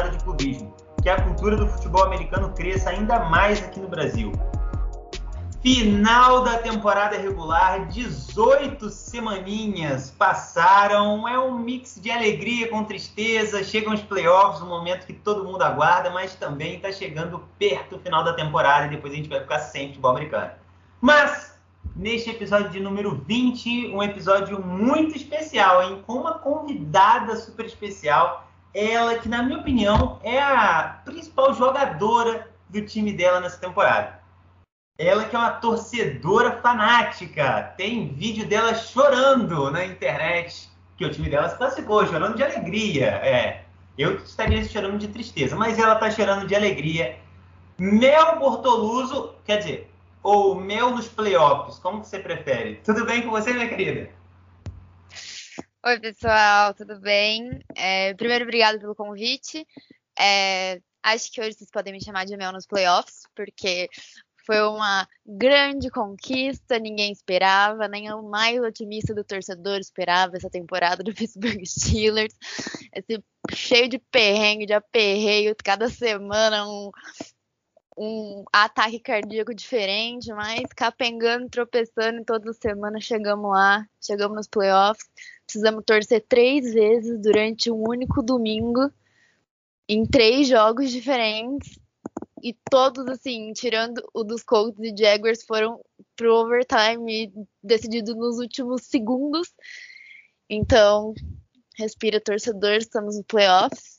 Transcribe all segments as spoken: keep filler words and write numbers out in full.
fala de clubismo, que a cultura do futebol americano cresça ainda mais aqui no Brasil. Final da temporada regular, dezoito semaninhas passaram, é um mix de alegria com tristeza, chegam os playoffs, um momento que todo mundo aguarda, mas também está chegando perto do final da temporada e depois a gente vai ficar sem futebol americano. Mas, neste episódio de número vinte, um episódio muito especial, hein? Com uma convidada super especial, ela que, na minha opinião, é a principal jogadora do time dela nessa temporada. Ela que é uma torcedora fanática, tem vídeo dela chorando na internet, que o time dela se classificou, chorando de alegria. É, eu estaria chorando de tristeza, mas ela está chorando de alegria. Mel Bortoluso, quer dizer, ou Mel nos playoffs, como que você prefere? Tudo bem com você, minha querida? Oi, pessoal, tudo bem? É, primeiro, obrigado pelo convite. É, acho que hoje vocês podem me chamar de Mel nos playoffs, porque foi uma grande conquista, ninguém esperava, nem o mais otimista do torcedor esperava essa temporada do Pittsburgh Steelers. Esse cheio de perrengue, de aperreio, cada semana um, um ataque cardíaco diferente, mas capengando, tropeçando, toda semana chegamos lá, chegamos nos playoffs. Precisamos torcer três vezes durante um único domingo, em três jogos diferentes. E todos, assim, tirando o dos Colts e Jaguars, foram pro overtime decidido nos últimos segundos. Então, respira, torcedor, estamos no playoffs.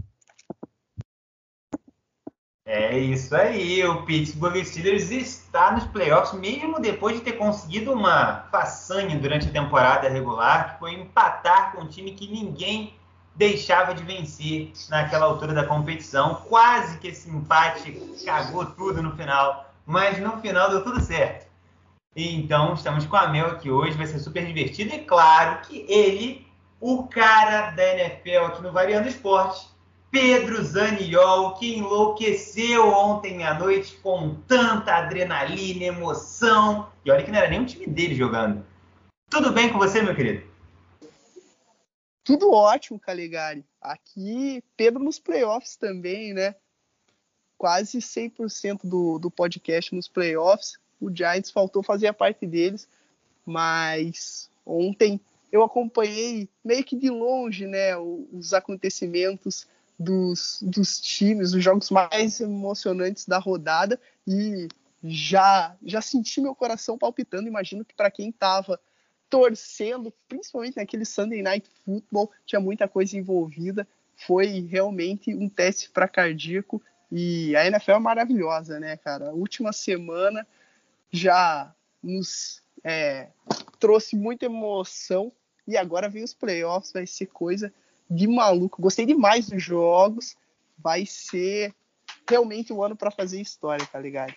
É isso aí, o Pittsburgh Steelers está nos playoffs, mesmo depois de ter conseguido uma façanha durante a temporada regular, que foi empatar com um time que ninguém deixava de vencer naquela altura da competição. Quase que esse empate cagou tudo no final, mas no final deu tudo certo. E então estamos com a Mel aqui hoje, vai ser super divertido. E claro que ele, o cara da N F L aqui no Variando Esporte, Pedro Zaniol, que enlouqueceu ontem à noite com tanta adrenalina, emoção. E olha que não era nem o time dele jogando. Tudo bem com você, meu querido? Tudo ótimo, Calegari. Aqui, Pedro nos playoffs também, né? Quase cem por cento do, do podcast nos playoffs. O Giants faltou fazer a parte deles, mas ontem eu acompanhei meio que de longe, né, os acontecimentos dos, dos times, os jogos mais emocionantes da rodada, e já, já senti meu coração palpitando. Imagino que para quem estava torcendo, principalmente naquele Sunday Night Football, tinha muita coisa envolvida, foi realmente um teste para cardíaco, e a N F L é maravilhosa, né, cara? A última semana já nos é, trouxe muita emoção, e agora vem os playoffs, vai ser coisa de maluco. Gostei demais dos jogos, vai ser realmente um ano para fazer história, tá ligado?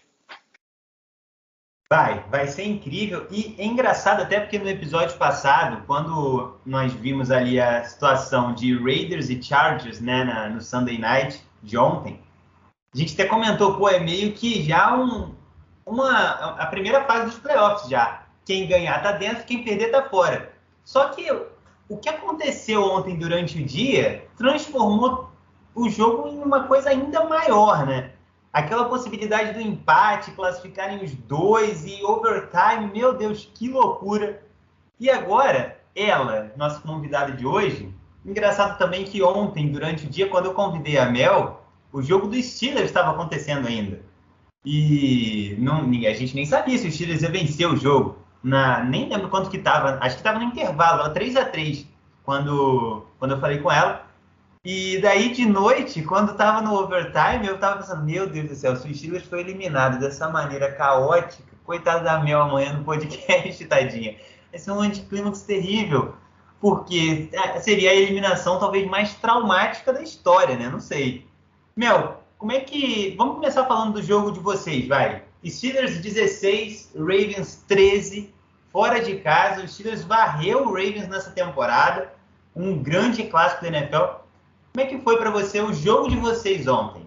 Vai, vai ser incrível e é engraçado até porque no episódio passado, quando nós vimos ali a situação de Raiders e Chargers, né, na, no Sunday Night de ontem, a gente até comentou, pô, é meio que já um, uma, a primeira fase dos playoffs já. Quem ganhar tá dentro, quem perder tá fora. Só que o que aconteceu ontem durante o dia transformou o jogo em uma coisa ainda maior, né? Aquela possibilidade do empate, classificarem os dois e overtime, meu Deus, que loucura. E agora, ela, nossa convidada de hoje, engraçado também que ontem, durante o dia, quando eu convidei a Mel, o jogo dos Steelers estava acontecendo ainda. E não, a gente nem sabia se o Steelers ia vencer o jogo. Na, nem lembro quanto que estava, acho que estava no intervalo, era três a três, quando, quando eu falei com ela. E daí de noite, quando tava no overtime, eu tava pensando, meu Deus do céu, se o Steelers foi eliminado dessa maneira caótica, coitado da Mel amanhã no podcast, tadinha. Vai ser um anticlímax terrível, porque seria a eliminação talvez mais traumática da história, né? Não sei. Mel, como é que... Vamos começar falando do jogo de vocês, vai. Steelers dezesseis, Ravens treze, fora de casa. O Steelers varreu o Ravens nessa temporada, um grande clássico da N F L. Como é que foi para você o jogo de vocês ontem?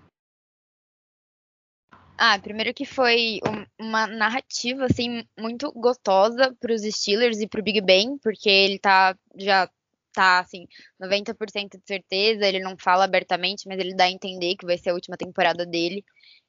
Ah, primeiro que foi um, uma narrativa, assim, muito gostosa para os Steelers e para o Big Ben, porque ele tá já tá, assim, noventa por cento de certeza, ele não fala abertamente, mas ele dá a entender que vai ser a última temporada dele.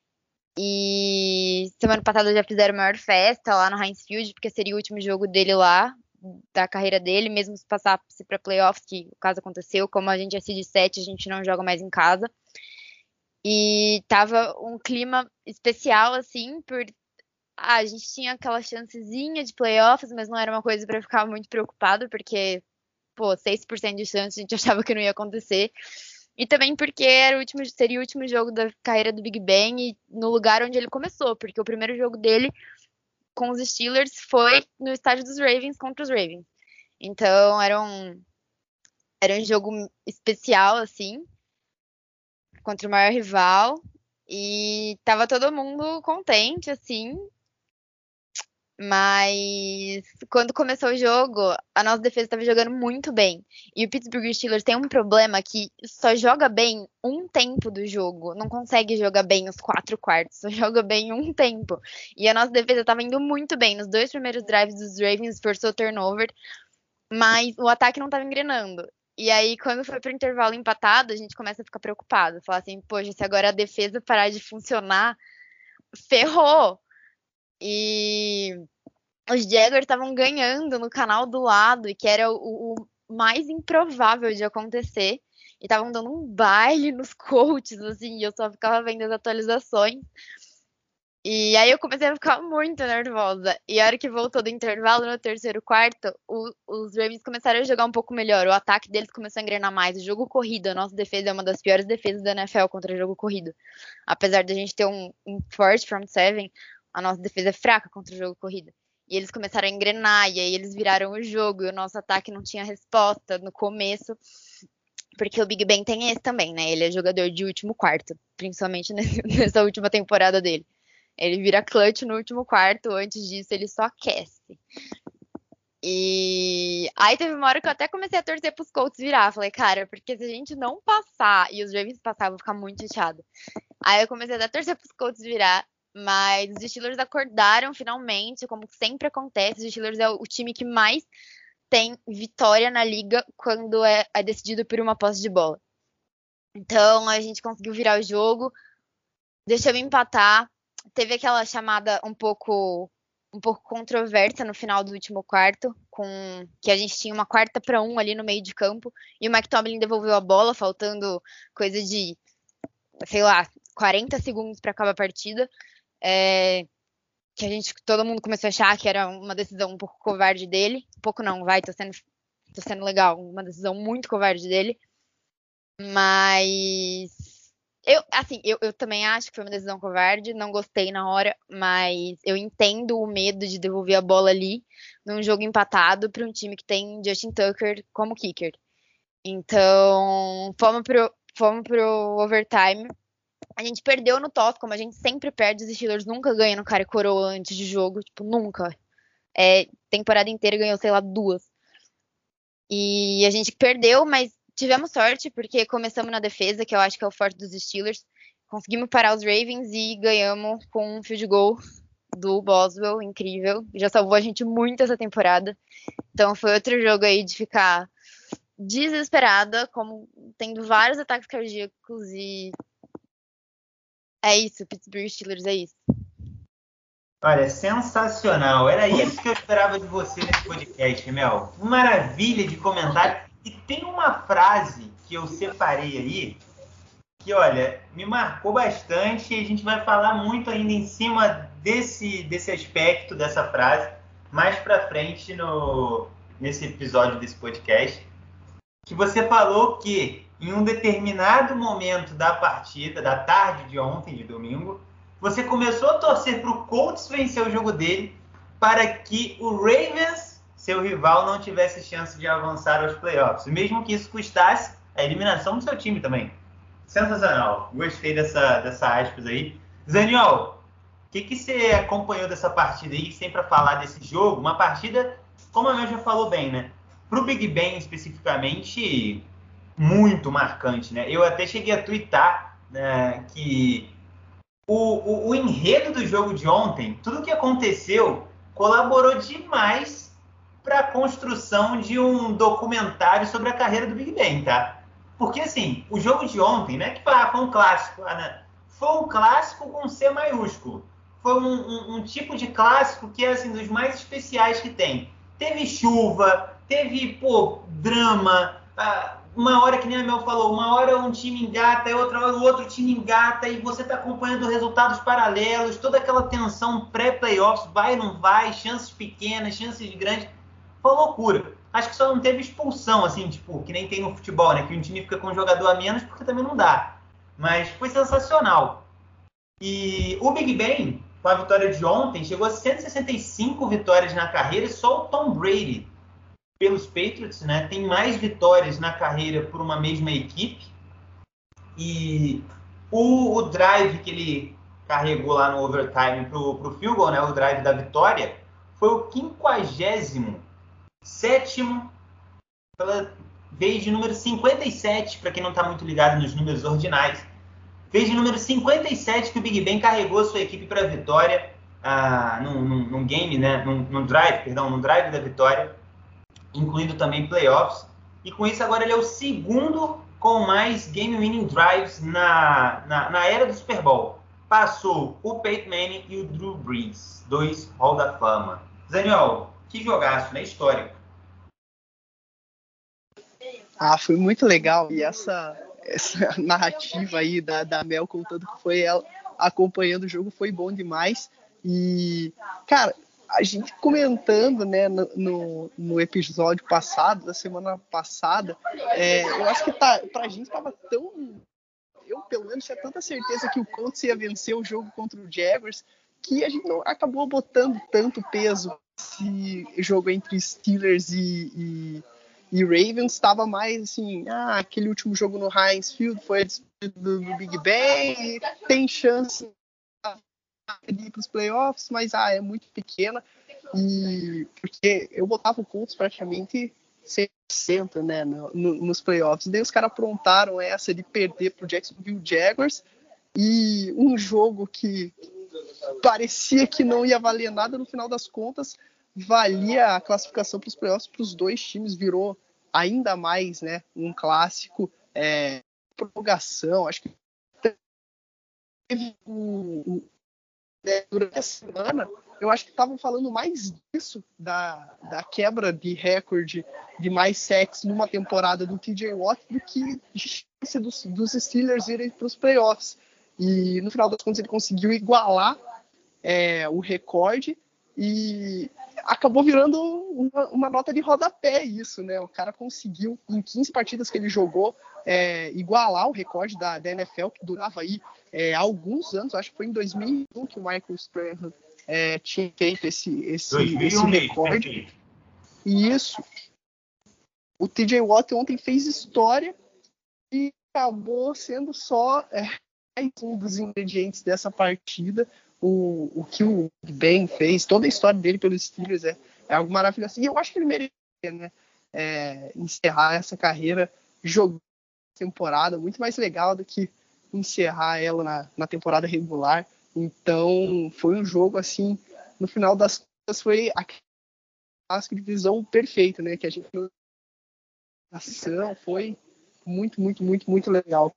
E semana passada já fizeram a maior festa lá no Heinz Field, porque seria o último jogo dele lá, da carreira dele, mesmo se passasse para playoffs, que o caso aconteceu, como a gente é seed sete, a gente não joga mais em casa. E tava um clima especial, assim, por... Ah, a gente tinha aquela chancezinha de playoffs, mas não era uma coisa para ficar muito preocupado, porque, pô, seis por cento de chance a gente achava que não ia acontecer. E também porque era o último, seria o último jogo da carreira do Big Ben e no lugar onde ele começou, porque o primeiro jogo dele com os Steelers foi no estádio dos Ravens contra os Ravens. Então era um, era um jogo especial, assim, contra o maior rival. E tava todo mundo contente, assim. Mas quando começou o jogo, a nossa defesa estava jogando muito bem. E o Pittsburgh Steelers tem um problema que só joga bem um tempo do jogo. Não consegue jogar bem os quatro quartos. Só joga bem um tempo. E a nossa defesa estava indo muito bem. Nos dois primeiros drives dos Ravens, forçou turnover. Mas o ataque não estava engrenando. E aí, quando foi pro intervalo empatado, a gente começa a ficar preocupado. Falar assim, poxa, se agora a defesa parar de funcionar, ferrou. E os Jaguars estavam ganhando no canal do lado, e que era o, o mais improvável de acontecer. E estavam dando um baile nos coaches, assim, e eu só ficava vendo as atualizações. E aí eu comecei a ficar muito nervosa. E a hora que voltou do intervalo, no terceiro quarto, o, os Ravens começaram a jogar um pouco melhor. O ataque deles começou a engrenar mais. O jogo corrido, a nossa defesa é uma das piores defesas da N F L contra o jogo corrido. Apesar de a gente ter um, um forte front seven, a nossa defesa é fraca contra o jogo corrido. E eles começaram a engrenar, e aí eles viraram o jogo, e o nosso ataque não tinha resposta no começo, porque o Big Ben tem esse também, né? Ele é jogador de último quarto, principalmente nessa última temporada dele. Ele vira clutch no último quarto, antes disso ele só aquece. E aí teve uma hora que eu até comecei a torcer pros Colts virar. Falei, cara, porque se a gente não passar, e os Ravens passar, eu vou ficar muito chateado. Aí eu comecei a torcer pros Colts virar. Mas os Steelers acordaram finalmente, como sempre acontece. Os Steelers é o time que mais tem vitória na liga quando é, é decidido por uma posse de bola. Então a gente conseguiu virar o jogo, deixamos empatar. Teve aquela chamada um pouco, um pouco controversa no final do último quarto, com que a gente tinha uma quarta para um ali no meio de campo e o Mike Tomlin devolveu a bola, faltando coisa de, sei lá, quarenta segundos para acabar a partida. É, que a gente, todo mundo começou a achar que era uma decisão um pouco covarde dele. Um pouco não, vai, tô sendo, tô sendo legal. Uma decisão muito covarde dele. Mas eu, assim, eu, eu também acho que foi uma decisão covarde. Não gostei na hora, mas eu entendo o medo de devolver a bola ali num jogo empatado para um time que tem Justin Tucker como kicker. Então, fomos pro, fomos pro overtime. A gente perdeu no toss, como a gente sempre perde, os Steelers nunca ganham no cara e coroa antes de jogo, tipo, nunca. É, temporada inteira ganhou, sei lá, duas. E a gente perdeu, mas tivemos sorte, porque começamos na defesa, que eu acho que é o forte dos Steelers. Conseguimos parar os Ravens e ganhamos com um field goal do Boswell, incrível. Já salvou a gente muito essa temporada. Então foi outro jogo aí de ficar desesperada, como tendo vários ataques cardíacos e... É isso, Pittsburgh Steelers, é isso. Olha, sensacional. Era isso que eu esperava de você nesse podcast, Mel. Maravilha de comentário. E tem uma frase que eu separei aí, que, olha, me marcou bastante e a gente vai falar muito ainda em cima desse, desse aspecto, dessa frase, mais pra frente no, nesse episódio desse podcast. Que você falou que em um determinado momento da partida, da tarde de ontem, de domingo, você começou a torcer para o Colts vencer o jogo dele para que o Ravens, seu rival, não tivesse chance de avançar aos playoffs, mesmo que isso custasse a eliminação do seu time também. Sensacional. Gostei dessa, dessa aspas aí. Zaniol, o que, que você acompanhou dessa partida aí, sem para falar desse jogo? Uma partida, como a Mel já falou bem, né? Para o Big Ben especificamente, muito marcante, né? Eu até cheguei a twittar, né, que o, o, o enredo do jogo de ontem, tudo que aconteceu, colaborou demais para a construção de um documentário sobre a carreira do Big Ben, tá? Porque, assim, o jogo de ontem, né, que foi um clássico, né? Foi um clássico com C maiúsculo. Foi um, um, um tipo de clássico que é, assim, dos mais especiais que tem. Teve chuva, teve, pô, drama, uma hora, que nem a Mel falou, uma hora um time engata, e outra hora o outro time engata, e você tá acompanhando resultados paralelos, toda aquela tensão pré-playoffs, vai, não vai, chances pequenas, chances grandes, foi loucura. Acho que só não teve expulsão, assim, tipo, que nem tem no futebol, né, que um time fica com um jogador a menos, porque também não dá. Mas foi sensacional. E o Big Ben, com a vitória de ontem, chegou a cento e sessenta e cinco vitórias na carreira, e só o Tom Brady, pelos Patriots, né, tem mais vitórias na carreira por uma mesma equipe. E o, o drive que ele carregou lá no overtime pro, pro field goal, né, o drive da vitória, foi o quinquagésimo sétimo, pela vez de número cinquenta e sete, para quem não está muito ligado nos números ordinais, vez de número cinquenta e sete que o Big Ben carregou a sua equipe para a vitória, ah, num, num, num game, né, num, num drive, perdão, num drive da vitória, incluindo também playoffs, e com isso agora ele é o segundo com mais game-winning drives na, na, na era do Super Bowl. Passou o Peyton Manning e o Drew Brees, dois Hall da Fama. Daniel, que jogaço, né? Histórico. Ah, foi muito legal, e essa, essa narrativa aí da, da Mel contando que foi ela acompanhando o jogo foi bom demais. E, cara, a gente comentando, né, no, no, no episódio passado, da semana passada, é, eu acho que tá, pra gente tava tão... Eu, pelo menos, tinha tanta certeza que o Colts ia vencer o jogo contra o Jaguars, que a gente não acabou botando tanto peso esse jogo entre Steelers e, e, e Ravens. Estava mais assim, ah, aquele último jogo no Heinz Field foi a despedida do, do Big Ben, tem chance de ir para os playoffs, mas ah, é muito pequena, e porque eu botava o Colts praticamente cem por cento, né, no, no, nos playoffs. Daí os caras aprontaram essa de perder para o Jacksonville Jaguars, e um jogo que parecia que não ia valer nada, no final das contas valia a classificação para os playoffs para os dois times, virou ainda mais, né, um clássico, é, prorrogação. Acho que teve o durante a semana, eu acho que estavam falando mais disso, da, da quebra de recorde de mais sacks numa temporada do T J Watt, do que de chance dos, dos Steelers irem para os playoffs. E no final das contas ele conseguiu igualar é, o recorde, e acabou virando uma, uma nota de rodapé isso, né? O cara conseguiu, em quinze partidas que ele jogou, é, igualar o recorde da, da N F L, que durava aí é, alguns anos. Acho que foi em dois mil e um que o Michael Strahan é, tinha feito esse, esse, esse recorde. E isso, o T J Watt ontem fez história e acabou sendo só é, mais um dos ingredientes dessa partida. O, o que o Ben fez, toda a história dele pelos Steelers é, é algo maravilhoso. E eu acho que ele merecia, né, é, encerrar essa carreira jogando temporada, muito mais legal do que encerrar ela na, na temporada regular. Então foi um jogo assim, no final das contas foi a clássica divisão perfeita, né, que a gente ação foi muito, muito, muito, muito legal.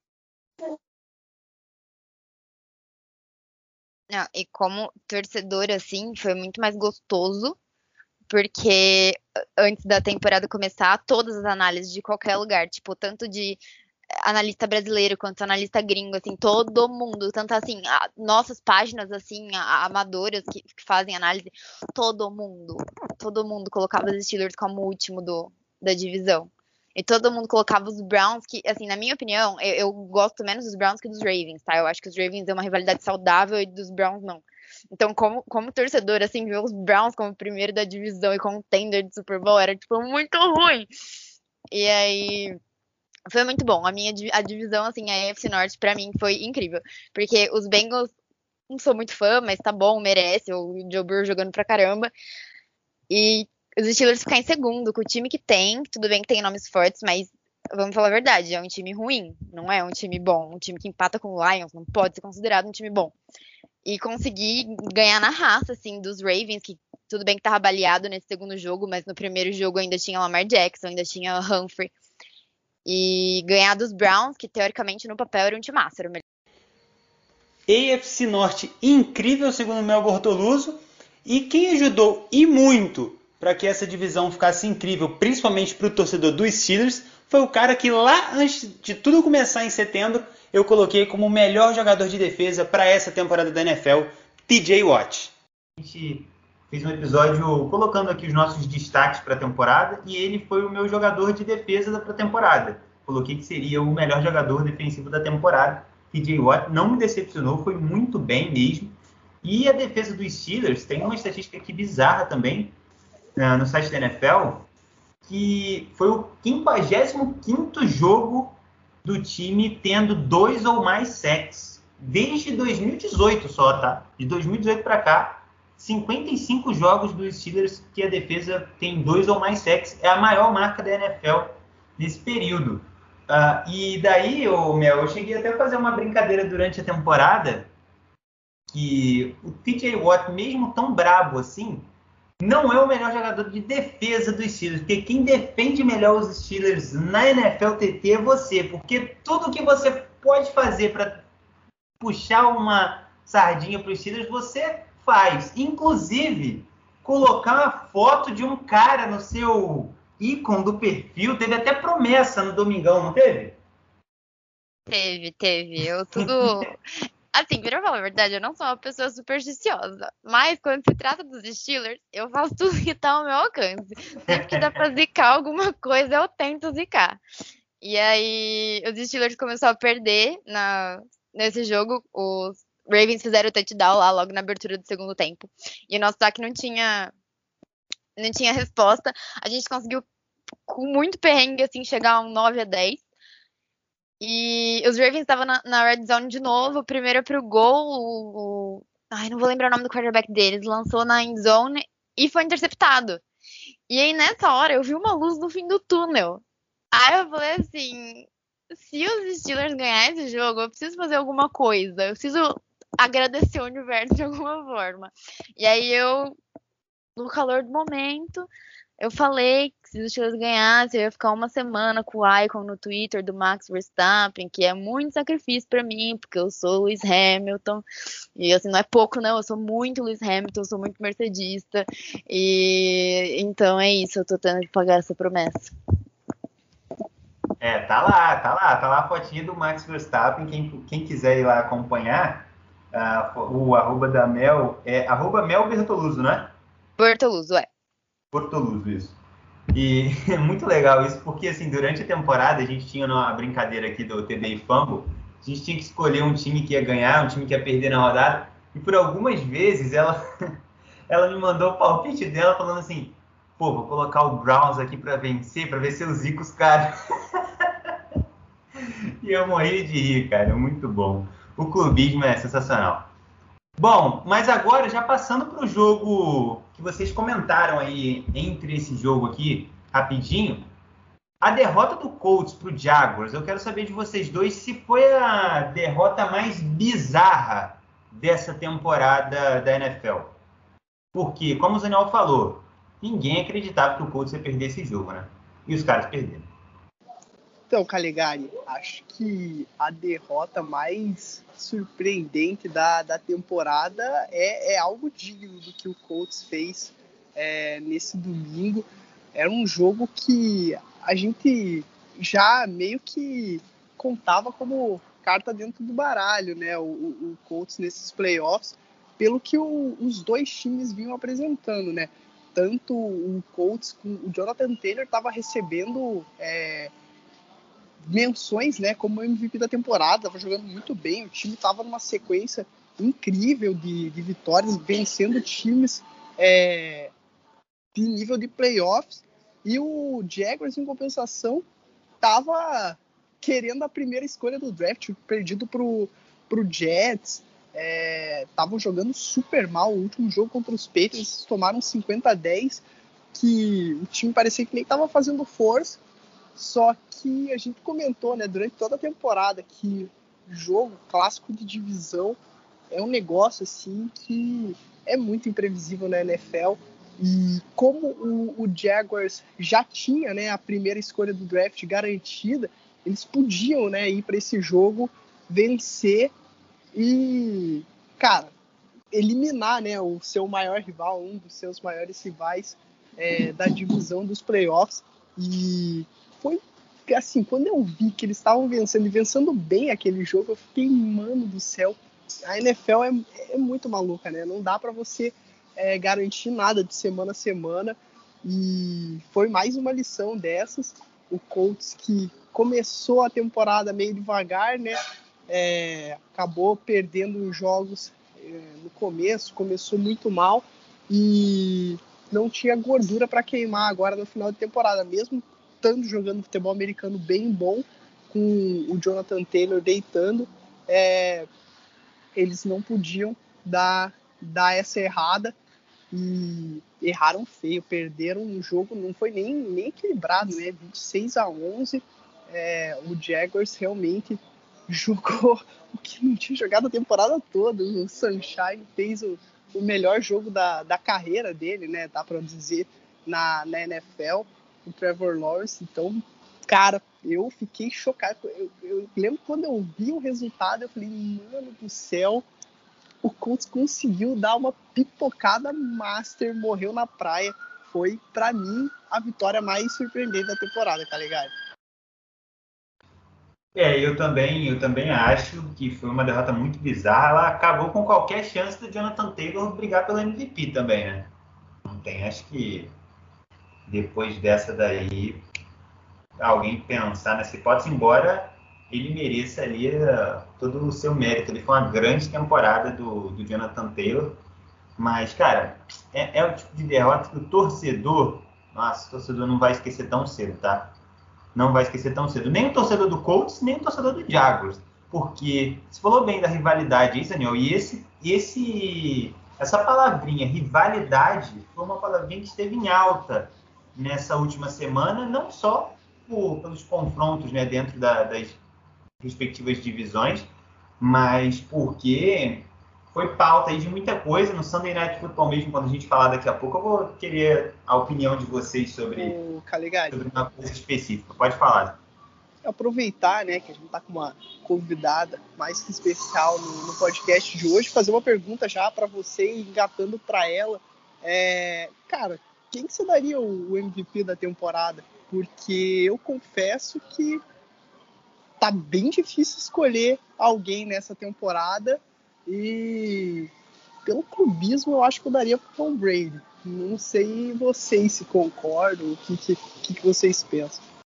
Não, e como torcedor, assim, foi muito mais gostoso, porque antes da temporada começar, todas as análises de qualquer lugar, tipo, tanto de analista brasileiro quanto analista gringo, assim, todo mundo, tanto assim, a, nossas páginas, assim, a, a, amadoras que, que fazem análise, todo mundo, todo mundo colocava os Steelers como o último do, da divisão. E todo mundo colocava os Browns, que, assim, na minha opinião, eu, eu gosto menos dos Browns que dos Ravens, tá? Eu acho que os Ravens é uma rivalidade saudável e dos Browns não. Então, como, como torcedor, assim, ver os Browns como primeiro da divisão e contender de Super Bowl era, tipo, muito ruim. E aí, foi muito bom. A minha a divisão, assim, a A F C Norte, pra mim, foi incrível. Porque os Bengals, não sou muito fã, mas tá bom, merece. O Joe Burrow jogando pra caramba. E os Steelers ficar em segundo, com o time que tem, tudo bem que tem nomes fortes, mas vamos falar a verdade, é um time ruim, não é um time bom. Um time que empata com o Lions não pode ser considerado um time bom. e conseguir ganhar na raça, assim, dos Ravens, que tudo bem que tava baleado nesse segundo jogo, mas no primeiro jogo ainda tinha Lamar Jackson, ainda tinha Humphrey. E ganhar dos Browns, que teoricamente no papel era um timaço, era o melhor. A F C Norte incrível, segundo o Mel Bortoluso, e quem ajudou e muito para que essa divisão ficasse incrível, principalmente para o torcedor dos Steelers, foi o cara que lá antes de tudo começar em setembro, eu coloquei como o melhor jogador de defesa para essa temporada da N F L, T J Watt. A gente fez um episódio colocando aqui os nossos destaques para a temporada e ele foi o meu jogador de defesa da temporada. Coloquei que seria o melhor jogador defensivo da temporada. T J Watt não me decepcionou, foi muito bem mesmo. E a defesa dos Steelers tem uma estatística aqui bizarra também, uh, no site da N F L, que foi o quinquagésimo quinto jogo do time tendo dois ou mais sacks. Desde dois mil e dezoito só, tá? De dois mil e dezoito para cá, cinquenta e cinco jogos dos Steelers que a defesa tem dois ou mais sacks. É a maior marca da N F L nesse período. Uh, e daí, oh, Mel, eu cheguei até a fazer uma brincadeira durante a temporada que o T J Watt, mesmo tão brabo assim, não é o melhor jogador de defesa dos Steelers, porque quem defende melhor os Steelers na N F L T T é você, porque tudo que você pode fazer para puxar uma sardinha para os Steelers, você faz. Inclusive, colocar uma foto de um cara no seu ícone do perfil, teve até promessa no Domingão, não teve? Teve, teve. Eu tudo... Assim, pra falar a verdade, eu não sou uma pessoa supersticiosa, mas quando se trata dos Steelers, eu faço tudo que tá ao meu alcance. Sempre que dá pra zicar alguma coisa, eu tento zicar. E aí, os Steelers começaram a perder na, nesse jogo, os Ravens fizeram o touchdown lá logo na abertura do segundo tempo. E o nosso ataque não tinha, não tinha resposta. A gente conseguiu, com muito perrengue, assim, chegar a um nove a dez. E os Ravens estavam na, na red zone de novo, o primeiro pro gol, o, o, ai, não vou lembrar o nome do quarterback deles, lançou na end zone e foi interceptado. E aí nessa hora eu vi uma luz no fim do túnel. Aí eu falei assim, se os Steelers ganharem esse jogo, eu preciso fazer alguma coisa, eu preciso agradecer o universo de alguma forma. E aí eu, no calor do momento, eu falei que se os Steelers ganhassem, eu ia ficar uma semana com o icon no Twitter do Max Verstappen, que é muito sacrifício pra mim, porque eu sou Lewis Hamilton, e assim, não é pouco não, eu sou muito Lewis Hamilton, eu sou muito mercedista, e então é isso, eu tô tendo que pagar essa promessa. É, tá lá, tá lá, tá lá a fotinha do Max Verstappen, quem, quem quiser ir lá acompanhar, uh, o arroba da Mel, é arroba Mel Bertoluso, né? Bertoluso, é. Bortoluso, isso. E é muito legal isso, porque assim, durante a temporada a gente tinha uma brincadeira aqui do T D Fumble, a gente tinha que escolher um time que ia ganhar, um time que ia perder na rodada, e por algumas vezes ela, ela me mandou o palpite dela falando assim, pô, vou colocar o Browns aqui pra vencer, pra ver se eu zico os caras. E eu morri de rir, cara, é muito bom. O clubismo é sensacional. Bom, mas agora, já passando para o jogo que vocês comentaram aí, entre esse jogo aqui, rapidinho, a derrota do Colts para o Jaguars, eu quero saber de vocês dois se foi a derrota mais bizarra dessa temporada da N F L. Porque, como o Zaniol falou, ninguém acreditava que o Colts ia perder esse jogo, né? E os caras perderam. Então, Calegari, acho que a derrota mais surpreendente da, da temporada é, é algo digno do que o Colts fez é, nesse domingo. Era um jogo que a gente já meio que contava como carta dentro do baralho, né? O, o Colts nesses playoffs, pelo que o, os dois times vinham apresentando, né? Tanto o Colts com o Jonathan Taylor estava recebendo é, menções, né, como M V P da temporada, estava jogando muito bem, o time estava numa sequência incrível de, de vitórias, vencendo times é, de nível de playoffs, e o Jaguars, em compensação, estava querendo a primeira escolha do draft, perdido pro, pro Jets, estavam é, jogando super mal. O último jogo contra os Patriots, tomaram cinquenta a dez, que o time parecia que nem estava fazendo força. Só que a gente comentou, né, durante toda a temporada que jogo clássico de divisão é um negócio assim que é muito imprevisível na N F L. E como o, o Jaguars já tinha, né, a primeira escolha do draft garantida, eles podiam, né, ir para esse jogo, vencer e, cara, eliminar, né, o seu maior rival, um dos seus maiores rivais é, da divisão dos playoffs. E foi assim, quando eu vi que eles estavam vencendo e vencendo bem aquele jogo, eu fiquei, mano do céu, a N F L é, é muito maluca, né? Não dá para você é, garantir nada de semana a semana. E foi mais uma lição dessas. O Colts, que começou a temporada meio devagar, né? É, acabou perdendo os jogos é, no começo, começou muito mal e não tinha gordura para queimar agora no final de temporada, mesmo estando jogando futebol americano bem bom, com o Jonathan Taylor deitando, é, eles não podiam dar, dar essa errada e erraram feio, perderam um jogo, não foi nem, nem equilibrado, né? vinte e seis a onze, é, o Jaguars realmente jogou o que não tinha jogado a temporada toda. O Sunshine fez o, o melhor jogo da, da carreira dele, né? Dá para dizer, na, na N F L, o Trevor Lawrence. Então, cara, eu fiquei chocado. Eu, eu lembro quando eu vi o resultado, eu falei, mano do céu, o Colts conseguiu dar uma pipocada master, morreu na praia. Foi, pra mim, a vitória mais surpreendente da temporada, tá ligado? É, eu também, eu também acho que foi uma derrota muito bizarra. Ela acabou com qualquer chance do Jonathan Taylor brigar pelo M V P também, né? Não tem, acho que depois dessa daí, alguém pensar nessa hipótese, embora ele mereça ali uh, todo o seu mérito. Ele foi uma grande temporada do, do Jonathan Taylor. Mas, cara, é, é o tipo de derrota que o torcedor, nossa, o torcedor não vai esquecer tão cedo, tá? Não vai esquecer tão cedo. Nem o torcedor do Colts, nem o torcedor do Jaguars. Porque você falou bem da rivalidade aí, Daniel, e esse, esse, essa palavrinha, rivalidade, foi uma palavrinha que esteve em alta nessa última semana, não só por, pelos confrontos, né, dentro da, das respectivas divisões, mas porque foi pauta aí de muita coisa no Sunday Night Football mesmo. Quando a gente falar daqui a pouco, eu vou querer a opinião de vocês sobre, O Calegari, sobre uma coisa específica. Pode falar. Aproveitar, né, que a gente tá com uma convidada mais que especial no, no podcast de hoje, fazer uma pergunta já para você, engatando para ela. É, cara, quem que você daria o, o M V P da temporada? Porque eu confesso que tá bem difícil escolher alguém nessa temporada e pelo clubismo eu acho que eu daria pro Tom Brady. Não sei vocês se concordam, o que, que, que vocês pensam.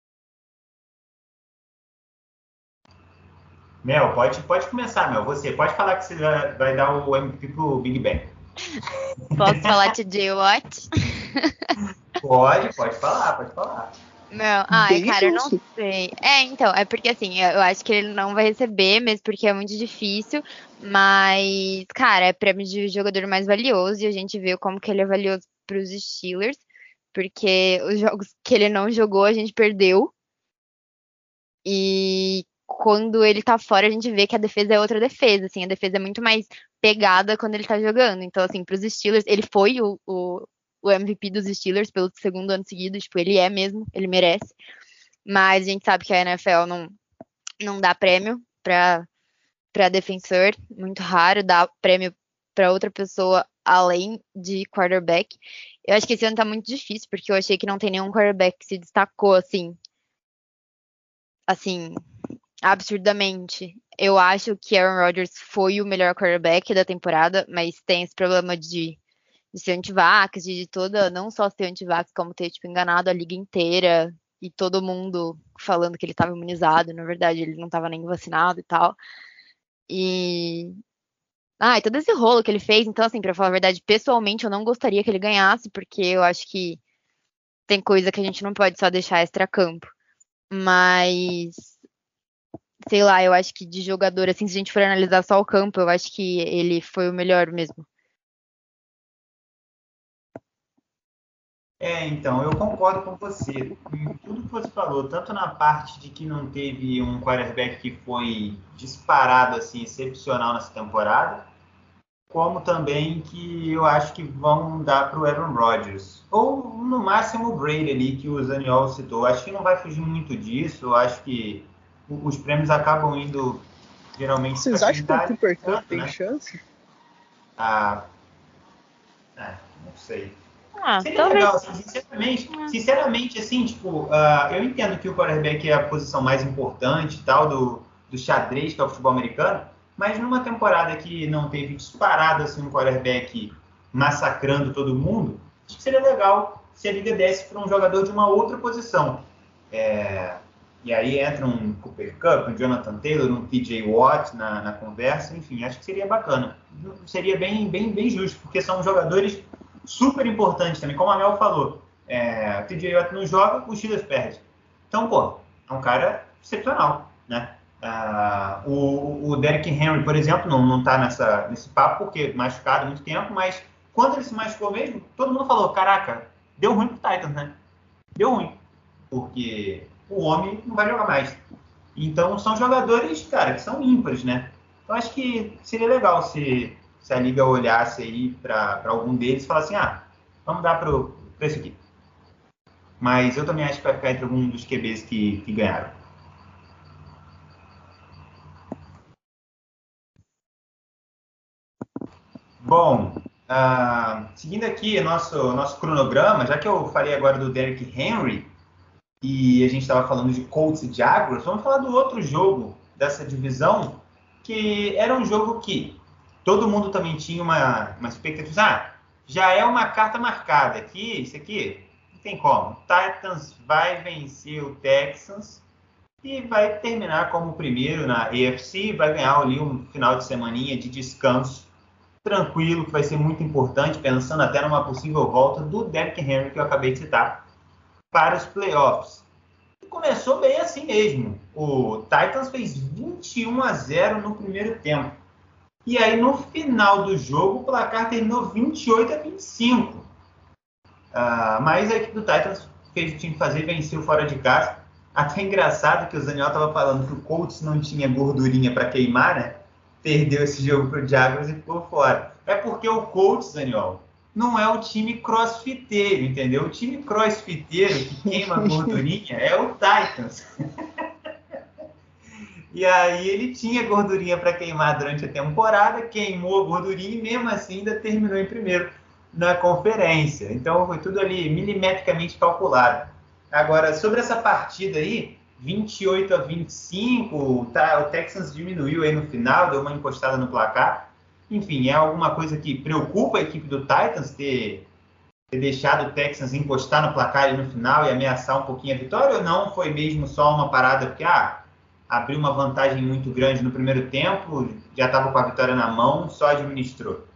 Mel, pode, pode começar, Mel. Você pode falar que você vai, vai dar o M V P pro Big Ben. Posso falar T J Watt? Pode, pode falar, pode falar. Não, ai, Bem cara, eu não justo. sei. É, então, é porque assim, eu eu acho que ele não vai receber, mesmo porque é muito difícil. Mas, cara, é prêmio de jogador mais valioso e a gente viu como que ele é valioso pros Steelers, porque os jogos que ele não jogou, a gente perdeu. E quando ele tá fora, a gente vê que a defesa é outra defesa, assim, a defesa é muito mais pegada quando ele tá jogando. Então, assim, pros Steelers, ele foi o, o, o M V P dos Steelers pelo segundo ano seguido, tipo, ele é mesmo, ele merece. Mas a gente sabe que a N F L não, não dá prêmio pra, pra defensor, muito raro dar prêmio pra outra pessoa além de quarterback. Eu acho que esse ano tá muito difícil, porque eu achei que não tem nenhum quarterback que se destacou, assim, assim, absurdamente. Eu acho que Aaron Rodgers foi o melhor quarterback da temporada, mas tem esse problema de, de ser antivax, de, de toda, não só ser antivax, como ter, tipo, enganado a liga inteira e todo mundo falando que ele estava imunizado, na verdade ele não estava nem vacinado e tal. E ah, e todo esse rolo que ele fez, então assim, pra falar a verdade, pessoalmente eu não gostaria que ele ganhasse, porque eu acho que tem coisa que a gente não pode só deixar extra-campo. Mas sei lá, eu acho que de jogador, assim, se a gente for analisar só o campo, eu acho que ele foi o melhor mesmo. É, então, eu concordo com você em tudo que você falou, tanto na parte de que não teve um quarterback que foi disparado, assim, excepcional nessa temporada, como também que eu acho que vão dar para o Aaron Rodgers. Ou, no máximo, o Brady ali, que o Zaniol citou. Acho que não vai fugir muito disso. Eu acho que os prêmios acabam indo, geralmente, para Vocês quem acham que o dá Cooper Cup tanto, tem né? chance? Ah, ah, não sei. Ah, Seria talvez. legal, assim, sinceramente, sinceramente, assim, tipo, uh, eu entendo que o quarterback é a posição mais importante e tal do, do xadrez, que é o futebol americano, mas numa temporada que não teve disparado, assim, um quarterback massacrando todo mundo, acho que seria legal se a liga desse para um jogador de uma outra posição. É, e aí entra um Cooper Cup, um Jonathan Taylor, um T J Watt na, na conversa, enfim, acho que seria bacana. Seria bem, bem, bem justo, porque são jogadores super importante também, como a Mel falou. É, o T J Watt não joga, o Steelers perde. Então, pô, é um cara excepcional, né? Ah, o, o Derrick Henry, por exemplo, não, não tá nessa, nesse papo, porque machucado há muito tempo, mas quando ele se machucou mesmo, todo mundo falou, caraca, deu ruim pro Titans, né? Deu ruim, porque o homem não vai jogar mais. Então, são jogadores, cara, que são ímpares, né? Então, acho que seria legal se, se a Liga olhasse aí para algum deles e falasse assim, ah, vamos dar para esse aqui. Mas eu também acho que vai ficar entre algum dos Q Bs que, que ganharam. Bom, uh, seguindo aqui o nosso, nosso cronograma, já que eu falei agora do Derrick Henry e a gente estava falando de Colts e Jaguars, vamos falar do outro jogo dessa divisão, que era um jogo que todo mundo também tinha uma, uma expectativa. Ah, já é uma carta marcada aqui, isso aqui, não tem como. O Titans vai vencer o Texans e vai terminar como primeiro na A F C, vai ganhar ali um final de semaninha de descanso tranquilo, que vai ser muito importante, pensando até numa possível volta do Derrick Henry, que eu acabei de citar, para os playoffs. E começou bem assim mesmo. O Titans fez vinte e um a zero no primeiro tempo. E aí, no final do jogo, o placar terminou vinte e oito a vinte e cinco. Uh, mas a equipe do Titans fez o que tinha que fazer e venceu fora de casa. Até engraçado que o Zaniol estava falando que o Colts não tinha gordurinha para queimar, né? Perdeu esse jogo para o Jaguars e ficou fora. É porque o Colts, Zaniol, não é o time crossfiteiro, entendeu? O time crossfiteiro que queima gordurinha é o Titans. E aí ele tinha gordurinha para queimar durante a temporada, queimou a gordurinha e mesmo assim ainda terminou em primeiro na conferência. Então foi tudo ali milimetricamente calculado. Agora, sobre essa partida aí, vinte e oito a vinte e cinco, tá, o Texans diminuiu aí no final, deu uma encostada no placar. Enfim, é alguma coisa que preocupa a equipe do Titans ter, ter deixado o Texans encostar no placar ali no final e ameaçar um pouquinho a vitória, ou não? Foi mesmo só uma parada porque, ah, abriu uma vantagem muito grande no primeiro tempo, já estava com a vitória na mão, só administrou?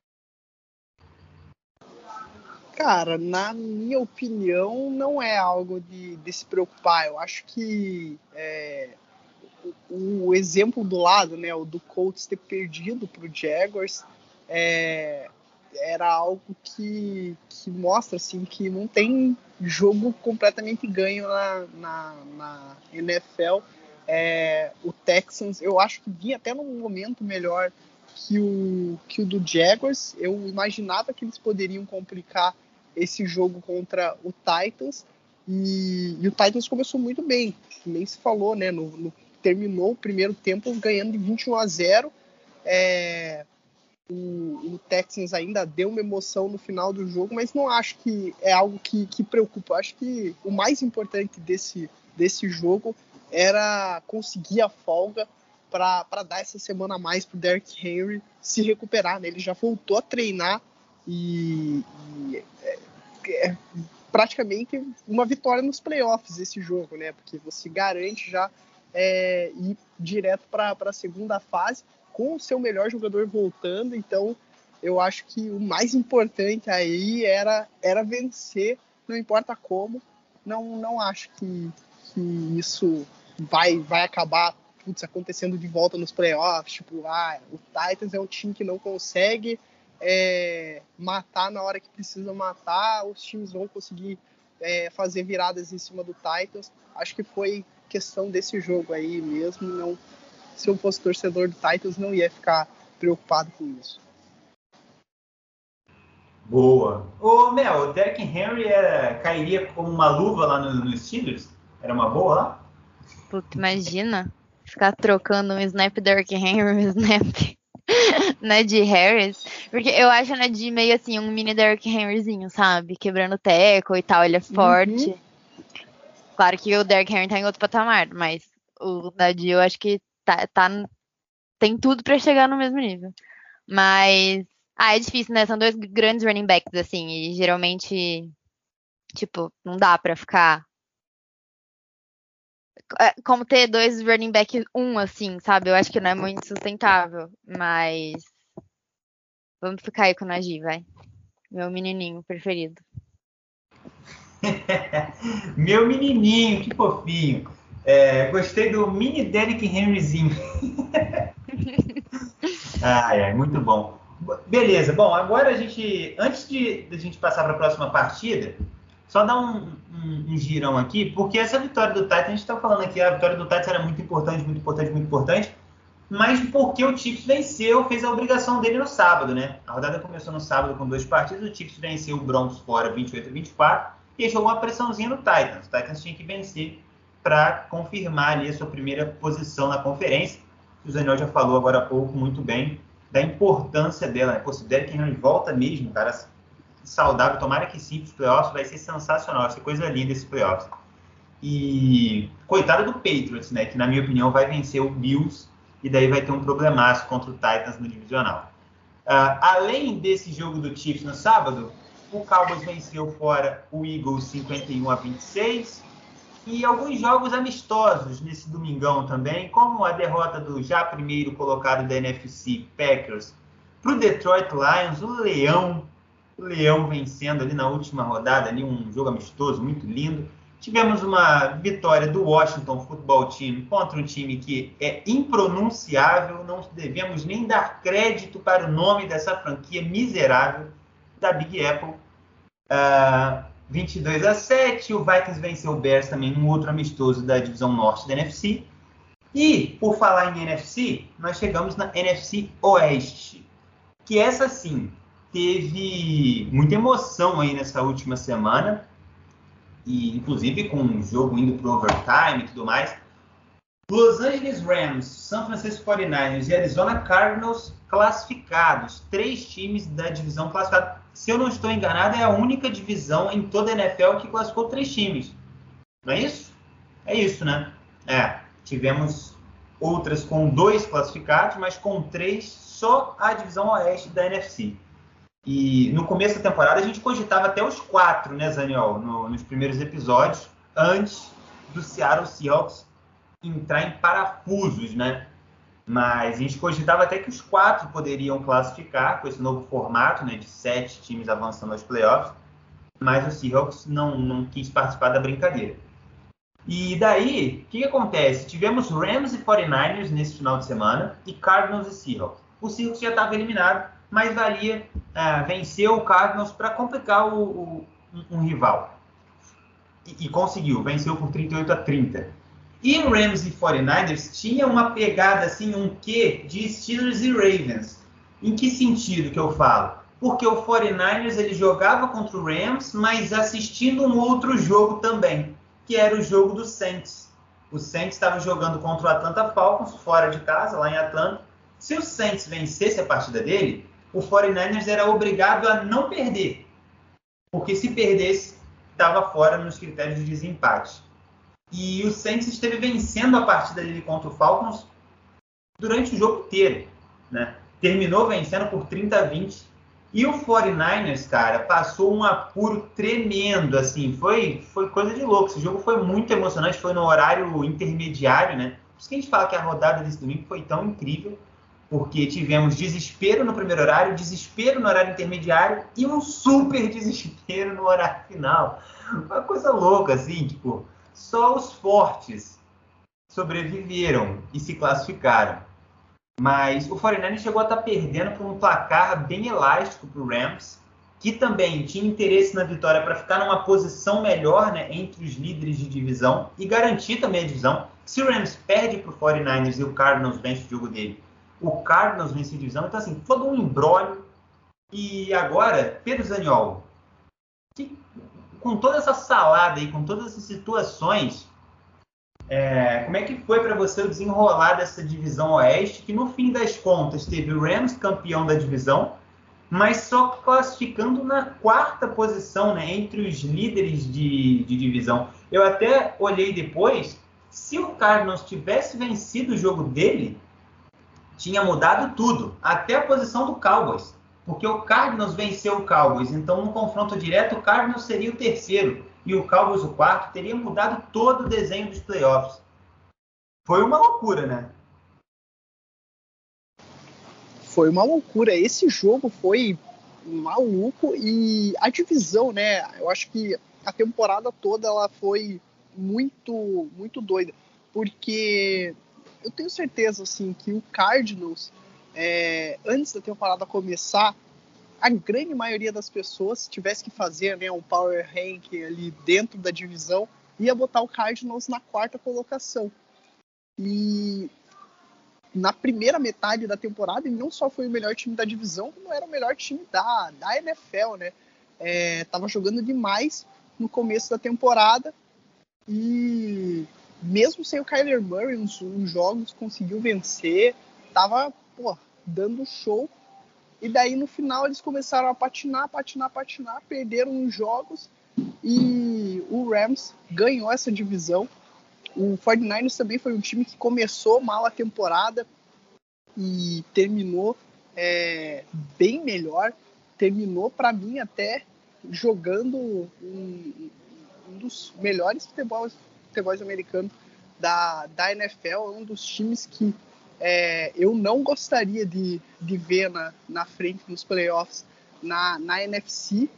Cara, na minha opinião, não é algo de, de se preocupar. Eu acho que é, o, o exemplo do lado, né, o do Colts ter perdido para o Jaguars, é, era algo que, que mostra assim, que não tem jogo completamente ganho na, na, na N F L. É, o Texans, eu acho que vinha até num momento melhor que o, que o do Jaguars. Eu imaginava que eles poderiam complicar esse jogo contra o Titans, e, e o Titans começou muito bem, nem se falou, né? No, no, terminou o primeiro tempo ganhando de vinte e um a zero. É, o, o Texans ainda deu uma emoção no final do jogo, mas não acho que é algo que, que preocupa. Acho que o mais importante desse, desse jogo era conseguir a folga para dar essa semana a mais para o Derrick Henry se recuperar, né? Ele já voltou a treinar e, e é, é praticamente uma vitória nos playoffs esse jogo, né? Porque você garante já é, ir direto para a segunda fase com o seu melhor jogador voltando. Então eu acho que o mais importante aí era, era vencer, não importa como. Não, não acho que, que isso vai, vai acabar putz, acontecendo de volta nos playoffs. Tipo, ah, o Titans é um time que não consegue é, matar na hora que precisa matar, os times vão conseguir é, fazer viradas em cima do Titans. Acho que foi questão desse jogo aí mesmo. Não, se eu fosse torcedor do Titans, não ia ficar preocupado com isso. Boa. Ô, Mel, o Derrick Henry era, cairia como uma luva lá no, nos Steelers? Era uma boa lá? Puta, imagina ficar trocando um snap Derrick Henry, um snap né, de Harris. Porque eu acho né, de meio assim, um mini Derrick Henryzinho, sabe? Quebrando teco e tal, ele é forte. Uhum. Claro que o Derrick Henry tá em outro patamar, mas o Nadia eu acho que tá, tá, tem tudo pra chegar no mesmo nível. Mas, ah, é difícil, né? São dois grandes running backs, assim, e geralmente, tipo, não dá pra ficar... Como ter dois running backs, um, assim, sabe? Eu acho que não é muito sustentável, mas vamos ficar aí com o Najee, vai. Meu menininho preferido. Meu menininho, que fofinho. É, gostei do mini Derrick Henryzinho. Ai, ai, muito bom. Beleza, bom, agora a gente, antes de, de a gente passar para a próxima partida, só dar um, um, um girão aqui, porque essa vitória do Titans, a gente está falando aqui, a vitória do Titans era muito importante, muito importante, muito importante, mas porque o Chiefs venceu, fez a obrigação dele no sábado, né? A rodada começou no sábado com dois partidos, o Chiefs venceu o Broncos fora vinte e oito a vinte e quatro, e aí jogou uma pressãozinha no Titans. O Titans tinha que vencer para confirmar ali a sua primeira posição na conferência. O Zaniol já falou agora há pouco muito bem da importância dela, né? Pô, se o Derrick Henry volta mesmo, cara, saudável, tomara que sim, os playoffs vai ser sensacional, vai ser coisa linda esse playoffs. E coitado do Patriots, né, que na minha opinião vai vencer o Bills e daí vai ter um problemaço contra o Titans no divisional. Uh, além desse jogo do Chiefs no sábado, o Cowboys venceu fora o Eagles cinquenta e um a vinte e seis e alguns jogos amistosos nesse domingão também, como a derrota do já primeiro colocado da N F C Packers para o Detroit Lions, o Leão, o Leão vencendo ali na última rodada, ali um jogo amistoso muito lindo. Tivemos uma vitória do Washington Football Team contra um time que é impronunciável, não devemos nem dar crédito para o nome dessa franquia miserável da Big Apple. Uh, vinte e dois a sete, o Vikings venceu o Bears também num outro amistoso da divisão norte da N F C. E, por falar em N F C, nós chegamos na N F C Oeste, que essa sim teve muita emoção aí nessa última semana. E inclusive com um jogo indo para o overtime e tudo mais. Los Angeles Rams, San Francisco forty-niners e Arizona Cardinals classificados. Três times da divisão classificados. Se eu não estou enganado, é a única divisão em toda a N F L que classificou três times. Não é isso? É isso, né? É, tivemos outras com dois classificados, mas com três, só a divisão oeste da N F C. E no começo da temporada a gente cogitava até os quatro, né, Zaniol, no, nos primeiros episódios, antes do Seattle Seahawks entrar em parafusos, né? Mas a gente cogitava até que os quatro poderiam classificar com esse novo formato, né, de sete times avançando aos playoffs, mas o Seahawks não, não quis participar da brincadeira. E daí, o que, que acontece? Tivemos Rams e forty-niners nesse final de semana e Cardinals e Seahawks. O Seahawks já estava eliminado, mas valia uh, vencer o Cardinals para complicar o, o, um, um rival. E, e conseguiu, venceu por trinta e oito a trinta. E o Rams e forty-niners tinha uma pegada, assim, um quê de Steelers e Ravens. Em que sentido que eu falo? Porque o forty-niners ele jogava contra o Rams, mas assistindo um outro jogo também, que era o jogo do Saints. O Saints estava jogando contra o Atlanta Falcons, fora de casa, lá em Atlanta. Se o Saints vencesse a partida dele, o forty-niners era obrigado a não perder, porque se perdesse, estava fora nos critérios de desempate. E o Saints esteve vencendo a partida dele contra o Falcons durante o jogo inteiro, né? Terminou vencendo por trinta a vinte. E o forty-niners, cara, passou um apuro tremendo, assim, foi, foi coisa de louco. Esse jogo foi muito emocionante, foi no horário intermediário, né? Por isso que a gente fala que a rodada desse domingo foi tão incrível, porque tivemos desespero no primeiro horário, desespero no horário intermediário e um super desespero no horário final. Uma coisa louca, assim, tipo, só os fortes sobreviveram e se classificaram. Mas o forty-niners chegou a estar perdendo por um placar bem elástico para o Rams, que também tinha interesse na vitória para ficar numa posição melhor, né, entre os líderes de divisão e garantir também a divisão. Se o Rams perde para o forty-niners e o Cardinals vence o jogo dele, o Cardinals vence a divisão. Então, assim, todo um imbróglio. E agora, Pedro Zaniol, que, com toda essa salada aí, com todas essas situações, é, como é que foi para você o desenrolar dessa divisão Oeste, que no fim das contas teve o Rams campeão da divisão, mas só classificando na quarta posição, né, entre os líderes de, de divisão. Eu até olhei depois, se o Cardinals tivesse vencido o jogo dele, tinha mudado tudo, até a posição do Cowboys, porque o Cardinals venceu o Cowboys, então no confronto direto o Cardinals seria o terceiro e o Cowboys o quarto, teria mudado todo o desenho dos playoffs. Foi uma loucura, né? Foi uma loucura. Esse jogo foi maluco e a divisão, né? Eu acho que a temporada toda ela foi muito, muito doida, porque eu tenho certeza assim que o Cardinals, é, antes da temporada começar, a grande maioria das pessoas, se tivesse que fazer, né, um power ranking ali dentro da divisão, ia botar o Cardinals na quarta colocação. E na primeira metade da temporada, ele não só foi o melhor time da divisão, como era o melhor time da, da N F L, né? É, tava jogando demais no começo da temporada e mesmo sem o Kyler Murray, uns, uns jogos conseguiu vencer, tava, pô, dando show. E daí no final eles começaram a patinar, patinar, patinar, perderam os jogos e o Rams ganhou essa divisão. O quarenta e nove ers também foi um time que começou mal a temporada e terminou é, bem melhor. Terminou, para mim, até jogando um, um dos melhores futebols, futebols americanos da, da N F L. É um dos times que é, eu não gostaria de, de ver na, na frente nos playoffs na, na N F C.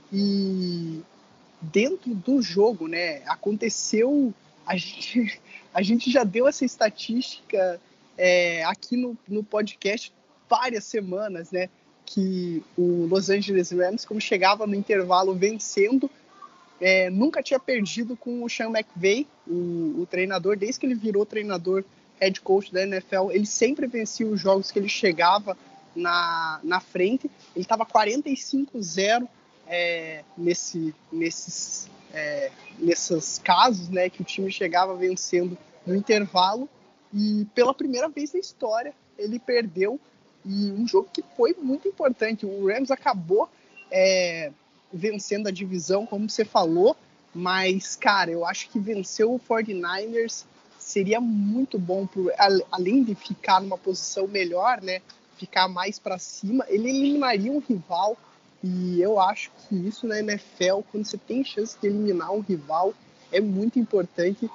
E dentro do jogo, né, aconteceu... A gente, a gente já deu essa estatística é, aqui no, no podcast várias semanas, né? Que o Los Angeles Rams, como chegava no intervalo vencendo, é, nunca tinha perdido com o Sean McVay, o, o treinador, desde que ele virou treinador head coach da N F L, ele sempre vencia os jogos que ele chegava na, na frente. Ele estava quarenta e cinco a zero é, nesse, nesses... É, nesses casos, né, que o time chegava vencendo no intervalo e pela primeira vez na história ele perdeu, e um jogo que foi muito importante. O Rams acabou é, vencendo a divisão, como você falou, mas, cara, eu acho que vencer o quarenta e nove ers seria muito bom, pro, além de ficar numa posição melhor, né, ficar mais para cima, ele eliminaria um rival. E eu acho que isso na N F L, quando você tem chance de eliminar um rival, é muito importante.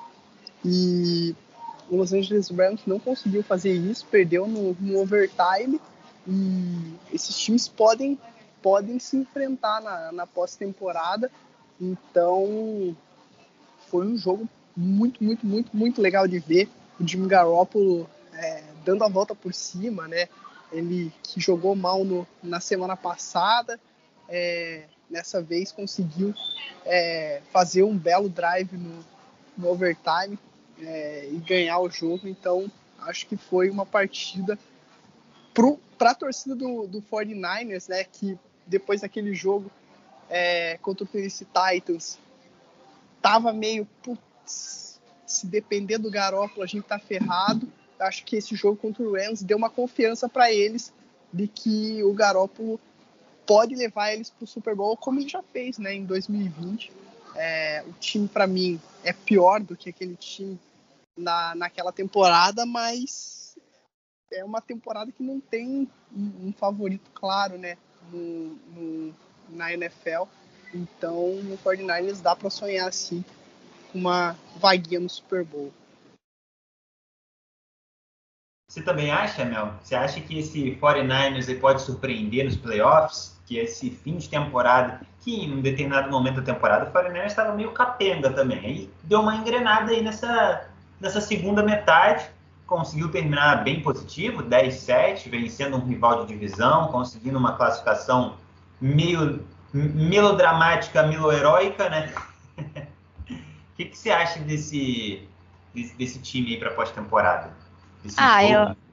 E o Los Angeles Rams não conseguiu fazer isso, perdeu no, no overtime. E esses times podem, podem se enfrentar na, na pós-temporada. Então, foi um jogo muito, muito, muito, muito legal de ver. O Jimmy Garoppolo é, dando a volta por cima, né? Ele que jogou mal no, na semana passada. É, nessa vez conseguiu é, fazer um belo drive no, no overtime é, e ganhar o jogo. Então acho que foi uma partida para a torcida do, do quarenta e nove ers, né, que depois daquele jogo é, contra o Tennessee Titans tava meio, putz, se depender do Garoppolo a gente tá ferrado. Acho que esse jogo contra o Rams deu uma confiança para eles de que o Garoppolo pode levar eles para o Super Bowl, como ele já fez, né, em dois mil e vinte. É, o time, para mim, é pior do que aquele time na, naquela temporada, mas é uma temporada que não tem um, um favorito claro, né, no, no, na N F L. Então, no quarenta e nove ers dá para sonhar, assim, com uma vaguinha no Super Bowl. Você também acha, Mel? Você acha que esse quarenta e nove ers pode surpreender nos playoffs? Que esse fim de temporada, que em um determinado momento da temporada o quarenta e nove ers estava meio capenga também. Aí deu uma engrenada aí nessa, nessa segunda metade, conseguiu terminar bem positivo, dez a sete, vencendo um rival de divisão, conseguindo uma classificação meio melodramática, meloheróica, né? O que, que você acha desse, desse, desse time aí para pós-temporada? Desse Ah, jogo? eu,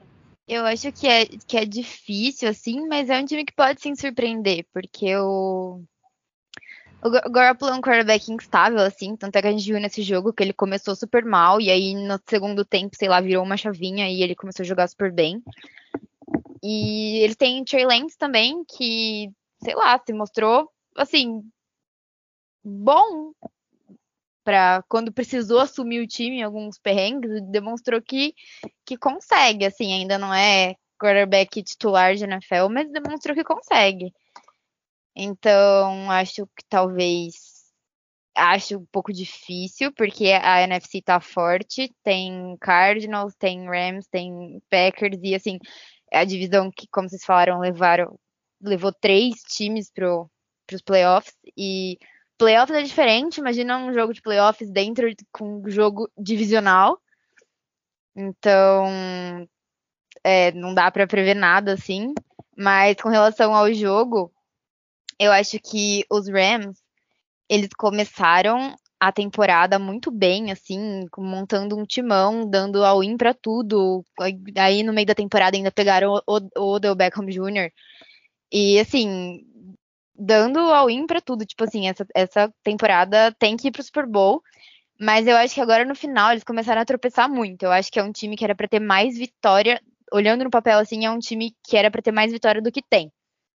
Eu acho que é, que é difícil, assim, mas é um time que pode sim surpreender, porque o, o Gar- o Garoppolo é um quarterback instável, assim, tanto é que a gente viu nesse jogo que ele começou super mal, e aí no segundo tempo, sei lá, virou uma chavinha e ele começou a jogar super bem. E eles têm Trey Lance também, que, sei lá, se mostrou, assim, bom para quando precisou assumir o time em alguns perrengues, demonstrou que, que consegue, assim, ainda não é quarterback titular de N F L, mas demonstrou que consegue. Então, acho que talvez acho um pouco difícil, porque a N F C tá forte, tem Cardinals, tem Rams, tem Packers, e assim, é a divisão que, como vocês falaram, levaram, levou três times pro, pros playoffs, e playoffs é diferente, imagina um jogo de playoffs dentro de- com um jogo divisional, então é, não dá pra prever nada, assim, mas com relação ao jogo, eu acho que os Rams eles começaram a temporada muito bem, assim, com- montando um timão, dando all-in pra tudo. Aí no meio da temporada ainda pegaram o, o Odell Beckham Júnior E assim, dando all-in pra tudo. Tipo assim, essa, essa temporada tem que ir pro Super Bowl. Mas eu acho que agora no final eles começaram a tropeçar muito. Eu acho que é um time que era pra ter mais vitória. Olhando no papel assim, é um time que era pra ter mais vitória do que tem.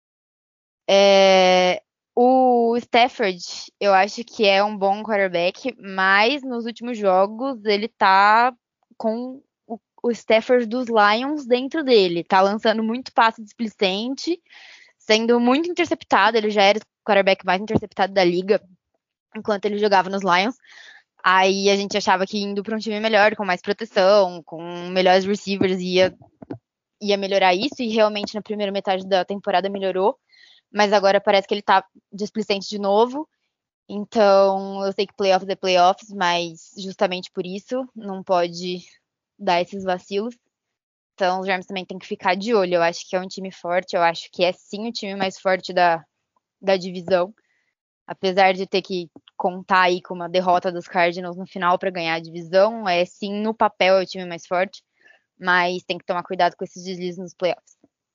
É, o Stafford, eu acho que é um bom quarterback, mas nos últimos jogos ele tá com o, o Stafford dos Lions dentro dele. Tá lançando muito passe displicente, sendo muito interceptado. Ele já era o quarterback mais interceptado da liga enquanto ele jogava nos Lions. Aí a gente achava que indo para um time melhor, com mais proteção, com melhores receivers, ia, ia melhorar isso, e realmente na primeira metade da temporada melhorou. Mas agora parece que ele tá displicente de novo. Então, eu sei que playoffs é playoffs, mas justamente por isso não pode dar esses vacilos. Então, os Rams também tem que ficar de olho. Eu acho que é um time forte, eu acho que é sim o time mais forte da, da divisão. Apesar de ter que contar aí com uma derrota dos Cardinals no final para ganhar a divisão, é sim no papel é o time mais forte, mas tem que tomar cuidado com esses deslizes nos playoffs.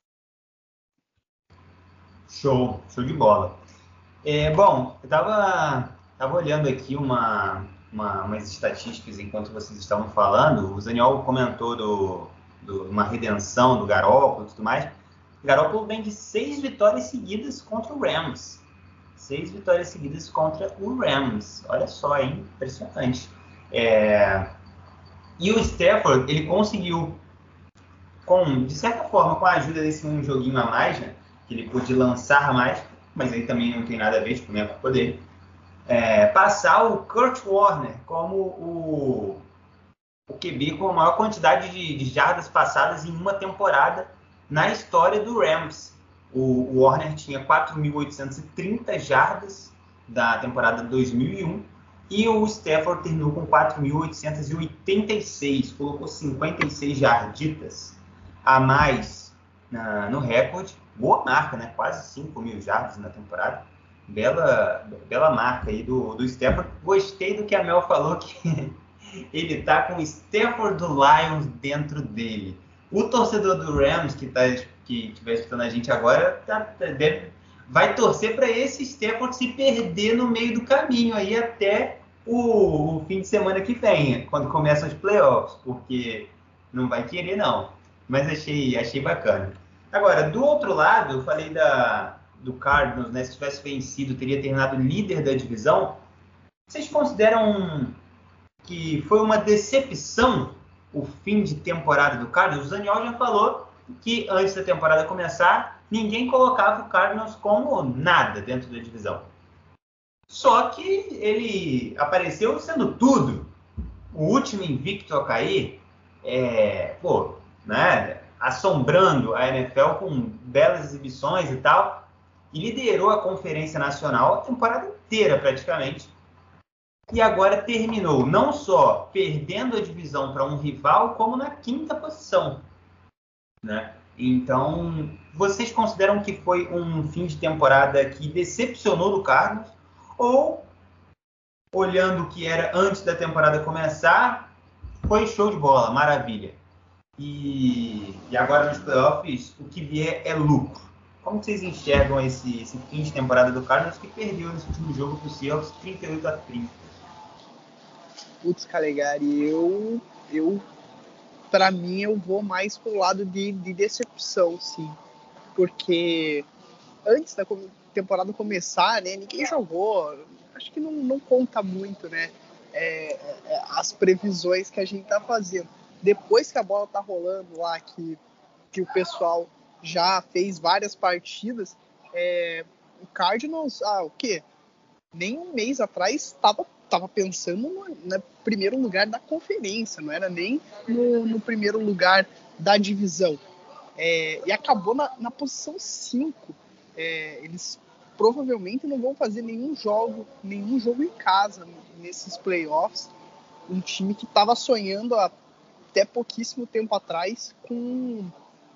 Show, show de bola. É, bom, eu tava, tava olhando aqui uma, uma, umas estatísticas enquanto vocês estavam falando. O Zaniol comentou do, do, uma redenção do Garoppolo e tudo mais. O Garoppolo vem de seis vitórias seguidas contra o Rams. Seis vitórias seguidas contra o Rams. Olha só, hein? Impressionante. É, e o Stafford, ele conseguiu, com, de certa forma, com a ajuda desse um joguinho a mais, né? Que ele pôde lançar mais, mas aí também não tem nada a ver, tipo, não é culpa dele. É, passar o Kurt Warner como o, o Q B com a maior quantidade de, de jardas passadas em uma temporada na história do Rams. O, o Warner tinha quatro mil oitocentas e trinta jardas da temporada dois mil e um e o Stafford terminou com quatro mil oitocentas e oitenta e seis, colocou cinquenta e seis jarditas a mais na, no recorde. Boa marca, né? Quase cinco mil jardas na temporada. Bela, bela marca aí do, do Stafford. Gostei do que a Mel falou, que ele tá com o Stafford do Lions dentro dele. O torcedor do Rams que tá, que estiver escutando a gente agora tá, deve, vai torcer para esse Stafford se perder no meio do caminho aí até o, o fim de semana que vem, quando começam os playoffs, porque não vai querer não. Mas achei, achei bacana. Agora, do outro lado, eu falei da, do Cardinals, né? Se tivesse vencido, teria terminado líder da divisão. Vocês consideram que foi uma decepção o fim de temporada do Cardinals? O Zaniol já falou que antes da temporada começar, ninguém colocava o Cardinals como nada dentro da divisão. Só que ele apareceu sendo tudo. O último invicto a cair, é, pô, né, assombrando a N F L com belas exibições e tal, e liderou a Conferência Nacional a temporada inteira praticamente. E agora terminou não só perdendo a divisão para um rival, como na quinta posição, né? Então, vocês consideram que foi um fim de temporada que decepcionou do Cardinals? Ou, olhando o que era antes da temporada começar, foi show de bola, maravilha? e, e agora nos playoffs o que vier é lucro. Como vocês enxergam esse, esse fim de temporada do Cardinals, que perdeu nesse último jogo para o Seahawks trinta e oito a trinta? Putz, Calegari, eu, eu para mim, eu vou mais pro lado de, de decepção, sim. Porque antes da temporada começar, né, ninguém jogou. Acho que não, não conta muito, né, é, é, as previsões que a gente tá fazendo. Depois que a bola tá rolando lá, que, que o pessoal já fez várias partidas, é, o Cardinals, ah, o quê? Nem um mês atrás estava tava pensando no, no primeiro lugar da conferência, não era nem no, no primeiro lugar da divisão. É, e acabou na, na posição cinco. É, eles provavelmente não vão fazer nenhum jogo, nenhum jogo em casa nesses playoffs. Um time que estava sonhando até pouquíssimo tempo atrás com,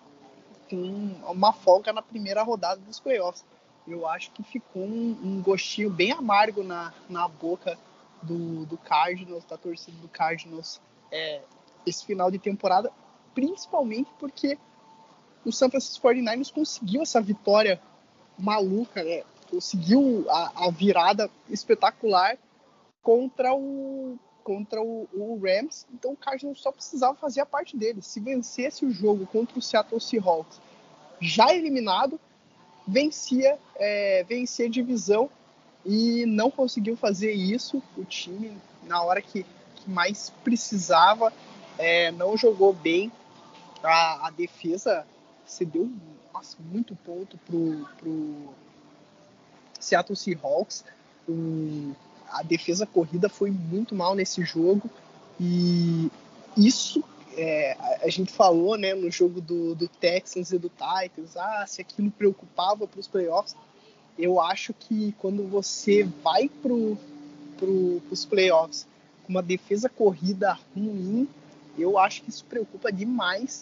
com uma folga na primeira rodada dos playoffs. Eu acho que ficou um, um gostinho bem amargo na, na boca do, do Cardinals, da torcida do Cardinals, é, esse final de temporada, principalmente porque o San Francisco quarenta e nove ers conseguiu essa vitória maluca, né? Conseguiu a, a virada espetacular contra o contra o, o Rams, então o Cardinals só precisava fazer a parte dele. Se vencesse o jogo contra o Seattle Seahawks, já eliminado, vencia, é, vencia a divisão, e não conseguiu fazer isso. O time, na hora que, que mais precisava, é, não jogou bem. A, a defesa cedeu, nossa, muito ponto pro, pro Seattle Seahawks. Um, a defesa corrida foi muito mal nesse jogo, e isso é, a, a gente falou, né, no jogo do, do Texans e do Titans, ah, se aquilo preocupava para os playoffs. Eu acho que quando você vai para pro, os playoffs com uma defesa corrida ruim, eu acho que isso preocupa demais.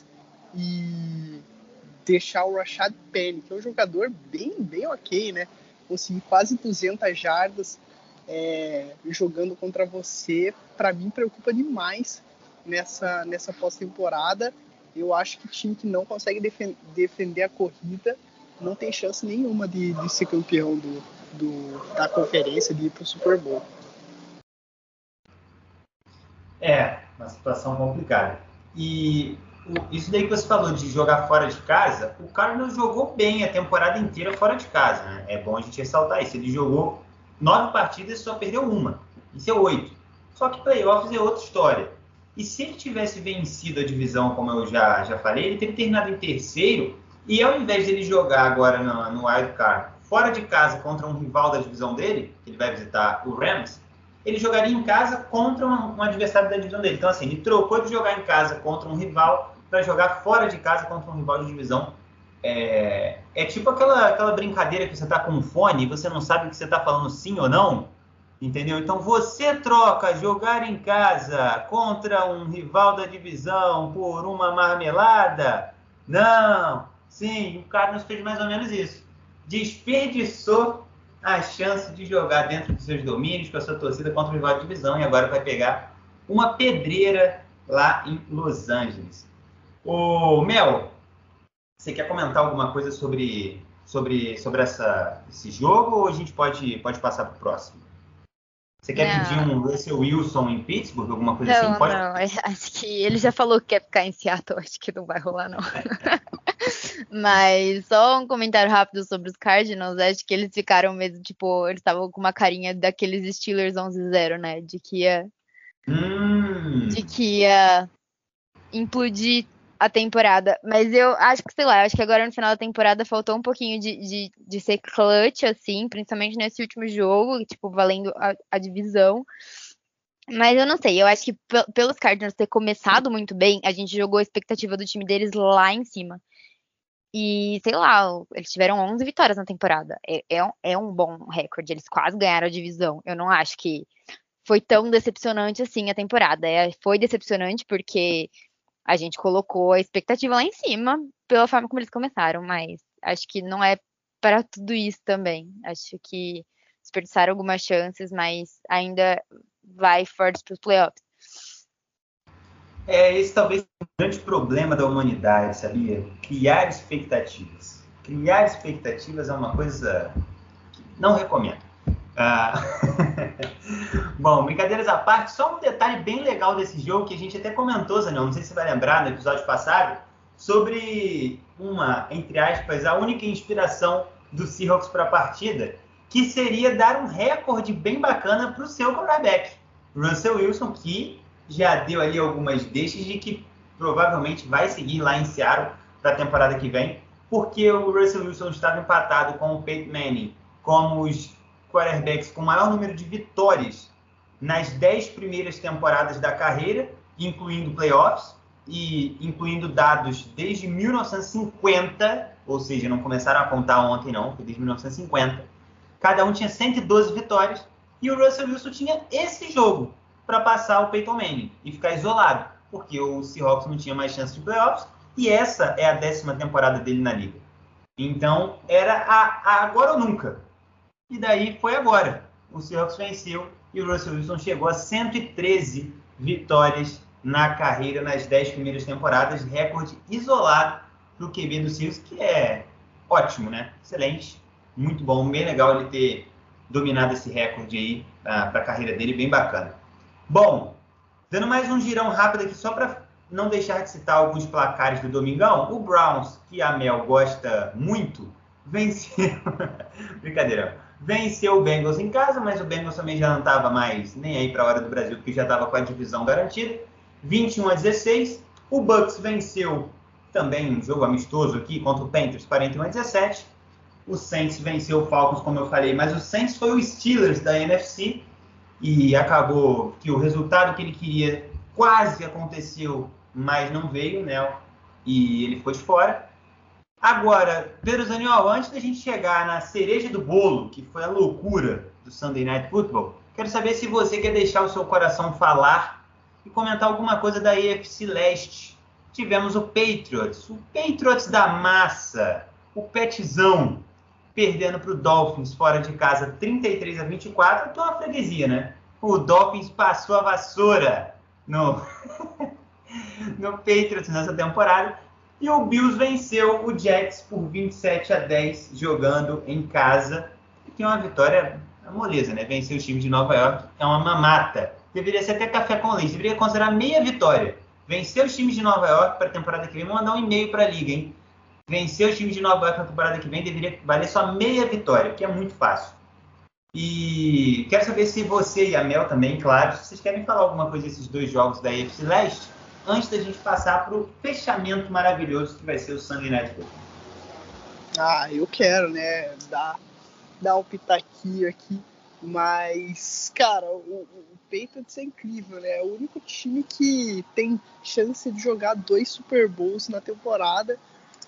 E deixar o Rashad Penny, que é um jogador bem, bem ok, né? Conseguir quase duzentas jardas é, jogando contra você, para mim preocupa demais nessa, nessa pós-temporada. Eu acho que time que não consegue defen- defender a corrida não tem chance nenhuma de, de ser campeão do, do, da conferência, de ir pro Super Bowl. É, uma situação complicada. E o, isso daí que você falou de jogar fora de casa, o Cardinals jogou bem a temporada inteira fora de casa, né? É bom a gente ressaltar isso. Ele jogou nove partidas e só perdeu uma. Isso é oito. Só que playoffs é outra história. E se ele tivesse vencido a divisão, como eu já, já falei, ele teria terminado em terceiro, e ao invés de ele jogar agora no, no Wild Card fora de casa contra um rival da divisão dele, que ele vai visitar o Rams, ele jogaria em casa contra um, um adversário da divisão dele. Então, assim, ele trocou de jogar em casa contra um rival para jogar fora de casa contra um rival de divisão. É, é tipo aquela, aquela brincadeira que você está com um fone e você não sabe o que você está falando sim ou não, entendeu? Então, você troca jogar em casa contra um rival da divisão por uma marmelada? Não! Sim, o Cardinals fez mais ou menos isso. Desperdiçou a chance de jogar dentro dos seus domínios com a sua torcida contra o rival de divisão, e agora vai pegar uma pedreira lá em Los Angeles. Ô, Mel, você quer comentar alguma coisa sobre, sobre, sobre essa, esse jogo, ou a gente pode, pode passar para o próximo? Você quer Não. pedir um Russell Wilson em Pittsburgh, alguma coisa Não, assim? Pode... não, acho que ele já falou que quer ficar em Seattle, acho que não vai rolar, não. Mas só um comentário rápido sobre os Cardinals, acho que eles ficaram mesmo, tipo, eles estavam com uma carinha daqueles Steelers onze a zero, né, de que ia, Hum. de que ia implodir a temporada. Mas eu acho que, sei lá, acho que agora no final da temporada faltou um pouquinho de, de, de ser clutch, assim, principalmente nesse último jogo, tipo, valendo a, a divisão. Mas eu não sei, eu acho que pelos Cardinals ter começado muito bem, a gente jogou a expectativa do time deles lá em cima. E, sei lá, eles tiveram onze vitórias na temporada. É, é, um, é um bom recorde, eles quase ganharam a divisão. Eu não acho que foi tão decepcionante assim a temporada. É, foi decepcionante porque a gente colocou a expectativa lá em cima pela forma como eles começaram, mas acho que não é para tudo isso também. Acho que desperdiçaram algumas chances, mas ainda vai forte para os playoffs. É, esse talvez grande problema da humanidade, sabia? Criar expectativas. Criar expectativas é uma coisa que não recomendo. Ah... Bom, brincadeiras à parte, só um detalhe bem legal desse jogo que a gente até comentou, Zanão, não sei se você vai lembrar no episódio passado, sobre uma, entre aspas, a única inspiração do Seahawks para a partida, que seria dar um recorde bem bacana para o seu quarterback, Russell Wilson, que já deu ali algumas deixas de que provavelmente vai seguir lá em Seattle para a temporada que vem, porque o Russell Wilson estava empatado com o Peyton Manning como os quarterbacks com maior número de vitórias nas dez primeiras temporadas da carreira, incluindo playoffs e incluindo dados desde mil novecentos e cinquenta, ou seja, não começaram a contar ontem não, foi desde mil novecentos e cinquenta. Cada um tinha cento e doze vitórias e o Russell Wilson tinha esse jogo para passar o Peyton Manning e ficar isolado, porque o Seahawks não tinha mais chance de playoffs e essa é a décima temporada dele na liga. Então, era a, a agora ou nunca. E daí foi agora. O Seahawks venceu e o Russell Wilson chegou a cento e treze vitórias na carreira nas dez primeiras temporadas, recorde isolado para o Q B do Seahawks, que é ótimo, né? Excelente, muito bom, bem legal ele ter dominado esse recorde aí uh, para a carreira dele, bem bacana. Bom, dando mais um girão rápido aqui, só para não deixar de citar alguns placares do domingão, o Browns, que a Mel gosta muito, venceu... Brincadeira. Venceu o Bengals em casa, mas o Bengals também já não estava mais nem aí para a hora do Brasil, porque já estava com a divisão garantida. vinte e um a dezesseis. O Bucks venceu também um jogo amistoso aqui contra o Panthers, quarenta e um a dezessete. O Saints venceu o Falcons, como eu falei, mas o Saints foi o Steelers da N F C e acabou que o resultado que ele queria quase aconteceu, mas não veio, né? E ele ficou de fora. Agora, Pedro Zaniol, antes da gente chegar na cereja do bolo, que foi a loucura do Sunday Night Football, quero saber se você quer deixar o seu coração falar e comentar alguma coisa da A F C Leste. Tivemos o Patriots, o Patriots da massa, o Petzão, perdendo para o Dolphins fora de casa trinta e três a vinte e quatro, então uma freguesia, né? O Dolphins passou a vassoura no, no Patriots nessa temporada. E o Bills venceu o Jets por vinte e sete a dez, jogando em casa. Que é uma vitória, uma moleza, né? Vencer o time de Nova York é uma mamata. Deveria ser até café com leite. Deveria considerar meia vitória. Vencer os times de Nova York para a temporada que vem. Vou mandar um e-mail para a liga, hein? Vencer os times de Nova York na temporada que vem deveria valer só meia vitória, que é muito fácil. E quero saber se você e a Mel também, claro, se vocês querem falar alguma coisa desses dois jogos da A F C Leste, antes da gente passar para o fechamento maravilhoso que vai ser o Sunday Night Football. Ah, eu quero, né, dar, dar um pitaquinho aqui, mas, cara, o, o Patriots é incrível, né, é o único time que tem chance de jogar dois Super Bowls na temporada,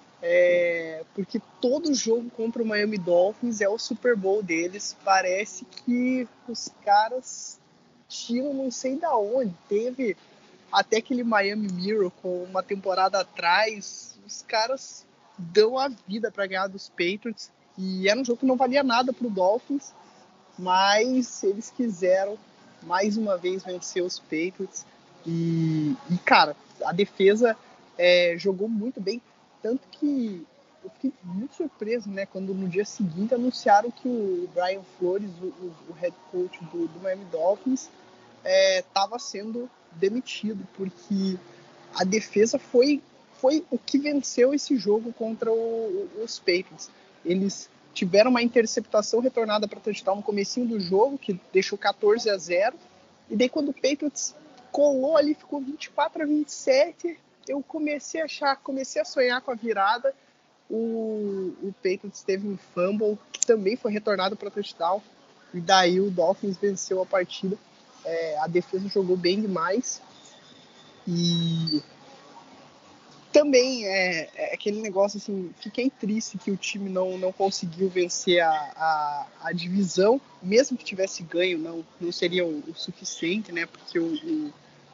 é, porque todo jogo contra o Miami Dolphins é o Super Bowl deles. Parece que os caras tiram não sei da onde, teve... Até aquele Miami Miracle, uma temporada atrás, os caras dão a vida para ganhar dos Patriots. E era um jogo que não valia nada para o Dolphins, mas eles quiseram mais uma vez vencer os Patriots. E, e cara, a defesa é, jogou muito bem. Tanto que eu fiquei muito surpreso, né, quando no dia seguinte anunciaram que o Brian Flores, o, o, o head coach do, do Miami Dolphins, estava é, sendo demitido, porque a defesa foi, foi o que venceu esse jogo contra o, os Patriots. Eles tiveram uma interceptação retornada para touchdown no comecinho do jogo, que deixou catorze a zero, e daí quando o Patriots colou ali, ficou vinte e quatro a vinte e sete, eu comecei a achar, comecei a sonhar com a virada. O, o Patriots teve um fumble, que também foi retornado para touchdown, e daí o Dolphins venceu a partida. É, a defesa jogou bem demais e também é, é aquele negócio assim, fiquei triste que o time não, não conseguiu vencer a, a, a divisão, mesmo que tivesse ganho, não, não seria o, o suficiente, né, porque o, o,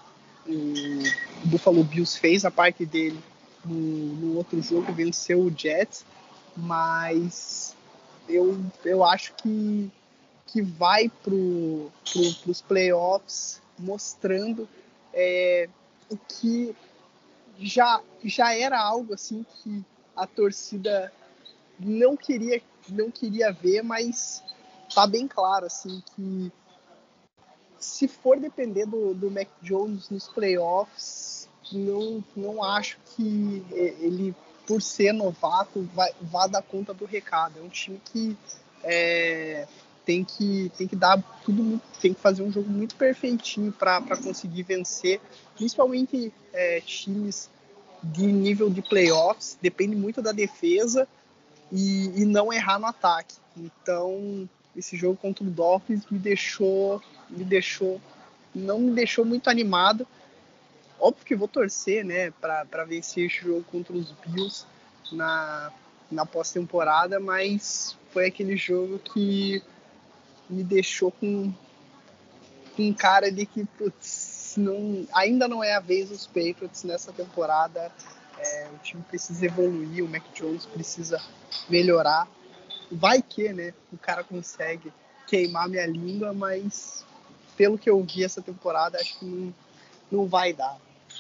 o Buffalo Bills fez a parte dele no, no outro jogo, venceu o Jets, mas eu, eu acho que que vai para pro, os playoffs mostrando é, o que já, já era algo assim que a torcida não queria, não queria ver, mas tá bem claro assim que se for depender do, do Mac Jones nos playoffs, não, não acho que ele, por ser novato, vai, vá dar conta do recado. É um time que é, tem que tem que dar tudo, tem que fazer um jogo muito perfeitinho para conseguir vencer, principalmente é, times de nível de playoffs, depende muito da defesa e, e não errar no ataque. Então, esse jogo contra o Dolphins me deixou, me deixou, não me deixou muito animado. Óbvio que vou torcer, né, para vencer esse jogo contra os Bills na, na pós-temporada, mas foi aquele jogo que me deixou com, com cara de que, putz, não, ainda não é a vez dos Patriots nessa temporada. É, o time precisa evoluir, o Mac Jones precisa melhorar. Vai que, né, o cara consegue queimar minha língua, mas pelo que eu vi essa temporada, acho que não, não vai dar.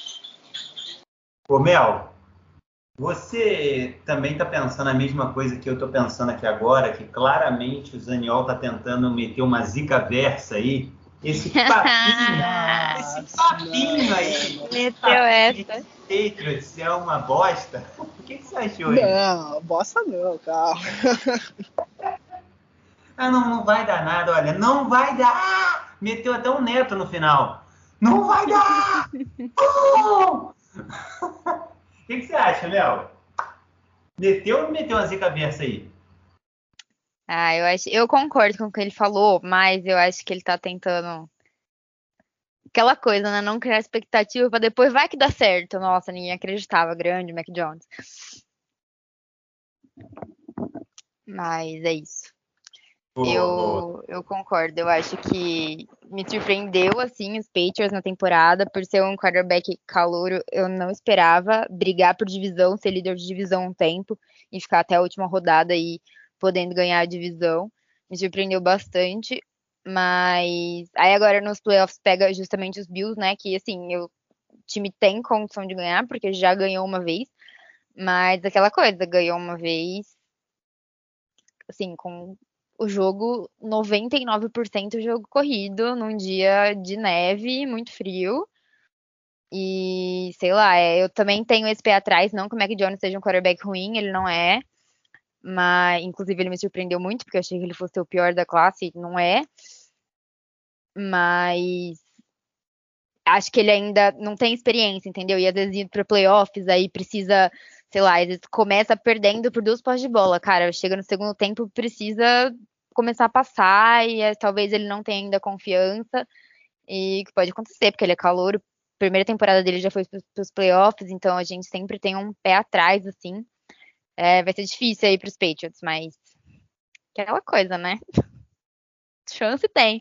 Ô Mel, você também está pensando a mesma coisa que eu estou pensando aqui agora, que claramente o Zaniol está tentando meter uma zica versa aí. Esse papinho, esse papinho aí, meteu essa. Patriots é uma bosta. O que, que você achou aí? Não, bosta não, calma. Ah, não, não vai dar nada, olha, não vai dar! Meteu até um neto no final. Não vai dar! Uh! O que, que você acha, Léo? Meteu ou não meteu uma zica versa aí? Ah, eu acho, eu concordo com o que ele falou, mas eu acho que ele tá tentando aquela coisa, né? Não criar expectativa pra depois vai que dá certo. Nossa, ninguém acreditava, grande Mac Jones. Mas é isso. Boa, eu, boa. eu concordo. Eu acho que me surpreendeu, assim, os Patriots na temporada. Por ser um quarterback calouro, eu não esperava brigar por divisão, ser líder de divisão um tempo e ficar até a última rodada aí podendo ganhar a divisão. Me surpreendeu bastante. Mas aí agora nos playoffs pega justamente os Bills, né? Que, assim, o time tem condição de ganhar, porque já ganhou uma vez. Mas aquela coisa, ganhou uma vez, assim, com o jogo, noventa e nove por cento jogo corrido, num dia de neve, muito frio. E, sei lá, é, eu também tenho esse pé atrás, não que o Mac Jones seja um quarterback ruim, ele não é. Mas, inclusive, ele me surpreendeu muito, porque eu achei que ele fosse o pior da classe, e não é. Mas acho que ele ainda não tem experiência, entendeu? E às vezes ir para playoffs, aí precisa, sei lá, às vezes começa perdendo por duas posses de bola, cara. Chega no segundo tempo, precisa começar a passar e é, talvez ele não tenha ainda confiança. E que pode acontecer, porque ele é calouro. Primeira temporada dele já foi para os playoffs, então a gente sempre tem um pé atrás, assim. É, vai ser difícil aí para os Patriots, mas aquela coisa, né? Chance tem.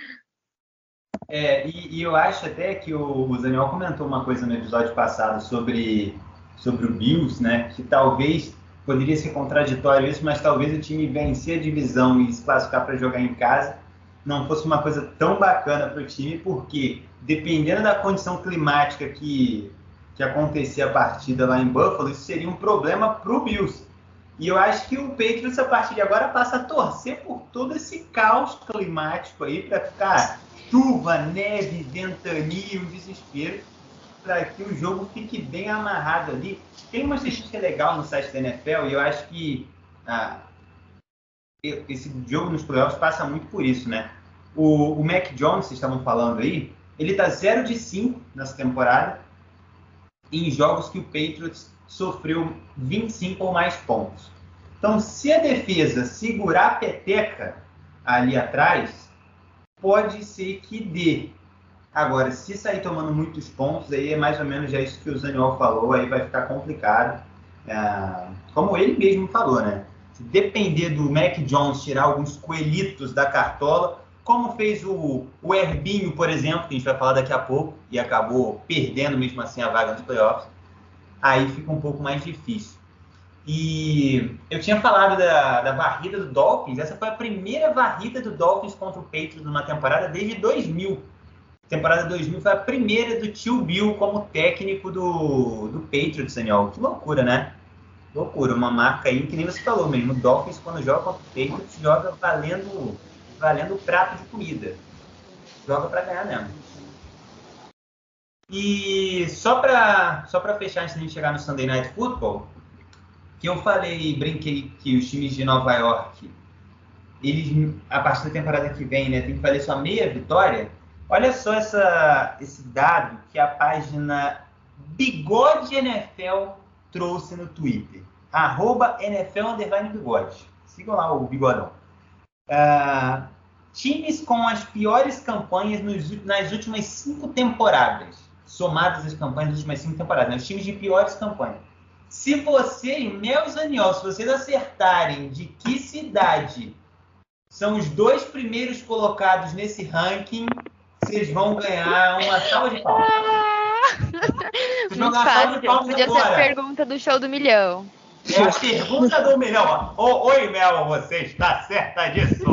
É, e, e eu acho até que o, o Daniel comentou uma coisa no episódio passado sobre, sobre o Bills, né? Que talvez poderia ser contraditório isso, mas talvez o time vencer a divisão e se classificar para jogar em casa não fosse uma coisa tão bacana para o time, porque dependendo da condição climática que, que acontecer a partida lá em Buffalo, isso seria um problema para o Bills. E eu acho que o Patriots, a partir de agora, passa a torcer por todo esse caos climático aí para ficar chuva, neve, ventania, um desespero, para que o jogo fique bem amarrado ali. Tem uma estatística legal no site da N F L e eu acho que ah, esse jogo nos playoffs passa muito por isso, né? O, o Mac Jones, vocês estavam falando aí, ele tá zero de cinco nessa temporada em jogos que o Patriots sofreu vinte e cinco ou mais pontos. Então, se a defesa segurar a peteca ali atrás, pode ser que dê. Agora, se sair tomando muitos pontos, aí é mais ou menos já isso que o Zaniol falou, aí vai ficar complicado. É, como ele mesmo falou, né? Se depender do Mac Jones tirar alguns coelhitos da cartola, como fez o, o Herbinho, por exemplo, que a gente vai falar daqui a pouco, e acabou perdendo mesmo assim a vaga nos playoffs, aí fica um pouco mais difícil. E eu tinha falado da, da varrida do Dolphins, essa foi a primeira varrida do Dolphins contra o Patriots numa temporada desde dois mil. temporada dois mil foi a primeira do tio Bill como técnico do, do Patriots, Daniel. Que loucura, né? Loucura, uma marca aí que nem você falou mesmo. O Dolphins, quando joga contra o Patriots, joga valendo, valendo prato de comida. Joga para ganhar mesmo. E só para só para fechar, antes de a gente chegar no Sunday Night Football, que eu falei, brinquei que os times de Nova York, eles, a partir da temporada que vem, né, tem que fazer só meia vitória. Olha só essa, esse dado que a página Bigode N F L trouxe no Twitter. Arroba N F L underline bigode. Sigam lá o bigodão. Uh, times com as piores campanhas nos, nas últimas cinco temporadas. Somadas as campanhas das últimas cinco temporadas. Né? Os times de piores campanhas. Se vocês, Mel e Zaniol, se vocês acertarem de que cidade são os dois primeiros colocados nesse ranking, vocês vão ganhar uma salva de palmas. Vocês vão ganhar uma salva de palmas. Podia agora. Ser a pergunta do show do milhão. É a pergunta do milhão. Ó. Oi, Mel, você está certa disso?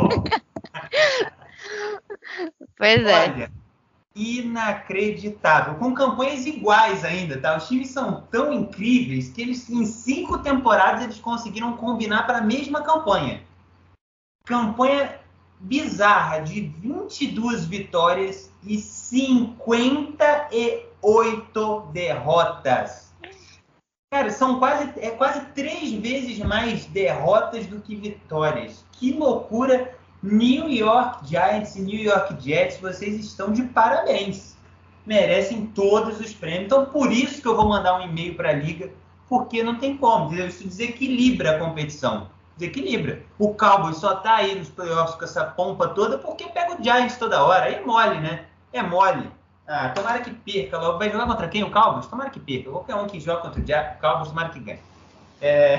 Pois é. Olha, inacreditável. Com campanhas iguais ainda, tá? Os times são tão incríveis que eles, em cinco temporadas, eles conseguiram combinar para a mesma campanha. Campanha bizarra de vinte e duas vitórias e cinquenta e oito derrotas. Cara, são quase, é quase três vezes mais derrotas do que vitórias. Que loucura! New York Giants e New York Jets, vocês estão de parabéns. Merecem todos os prêmios. Então, por isso que eu vou mandar um e-mail para a Liga, porque não tem como. Isso desequilibra a competição. Desequilibra. O Cowboys só tá aí nos playoffs com essa pompa toda porque pega o Giants toda hora. Aí é mole, né? É mole. Ah, tomara que perca logo. Vai jogar contra quem? O Cowboys? Tomara que perca. Qualquer um que joga contra o Cowboys, tomara que ganhe. É...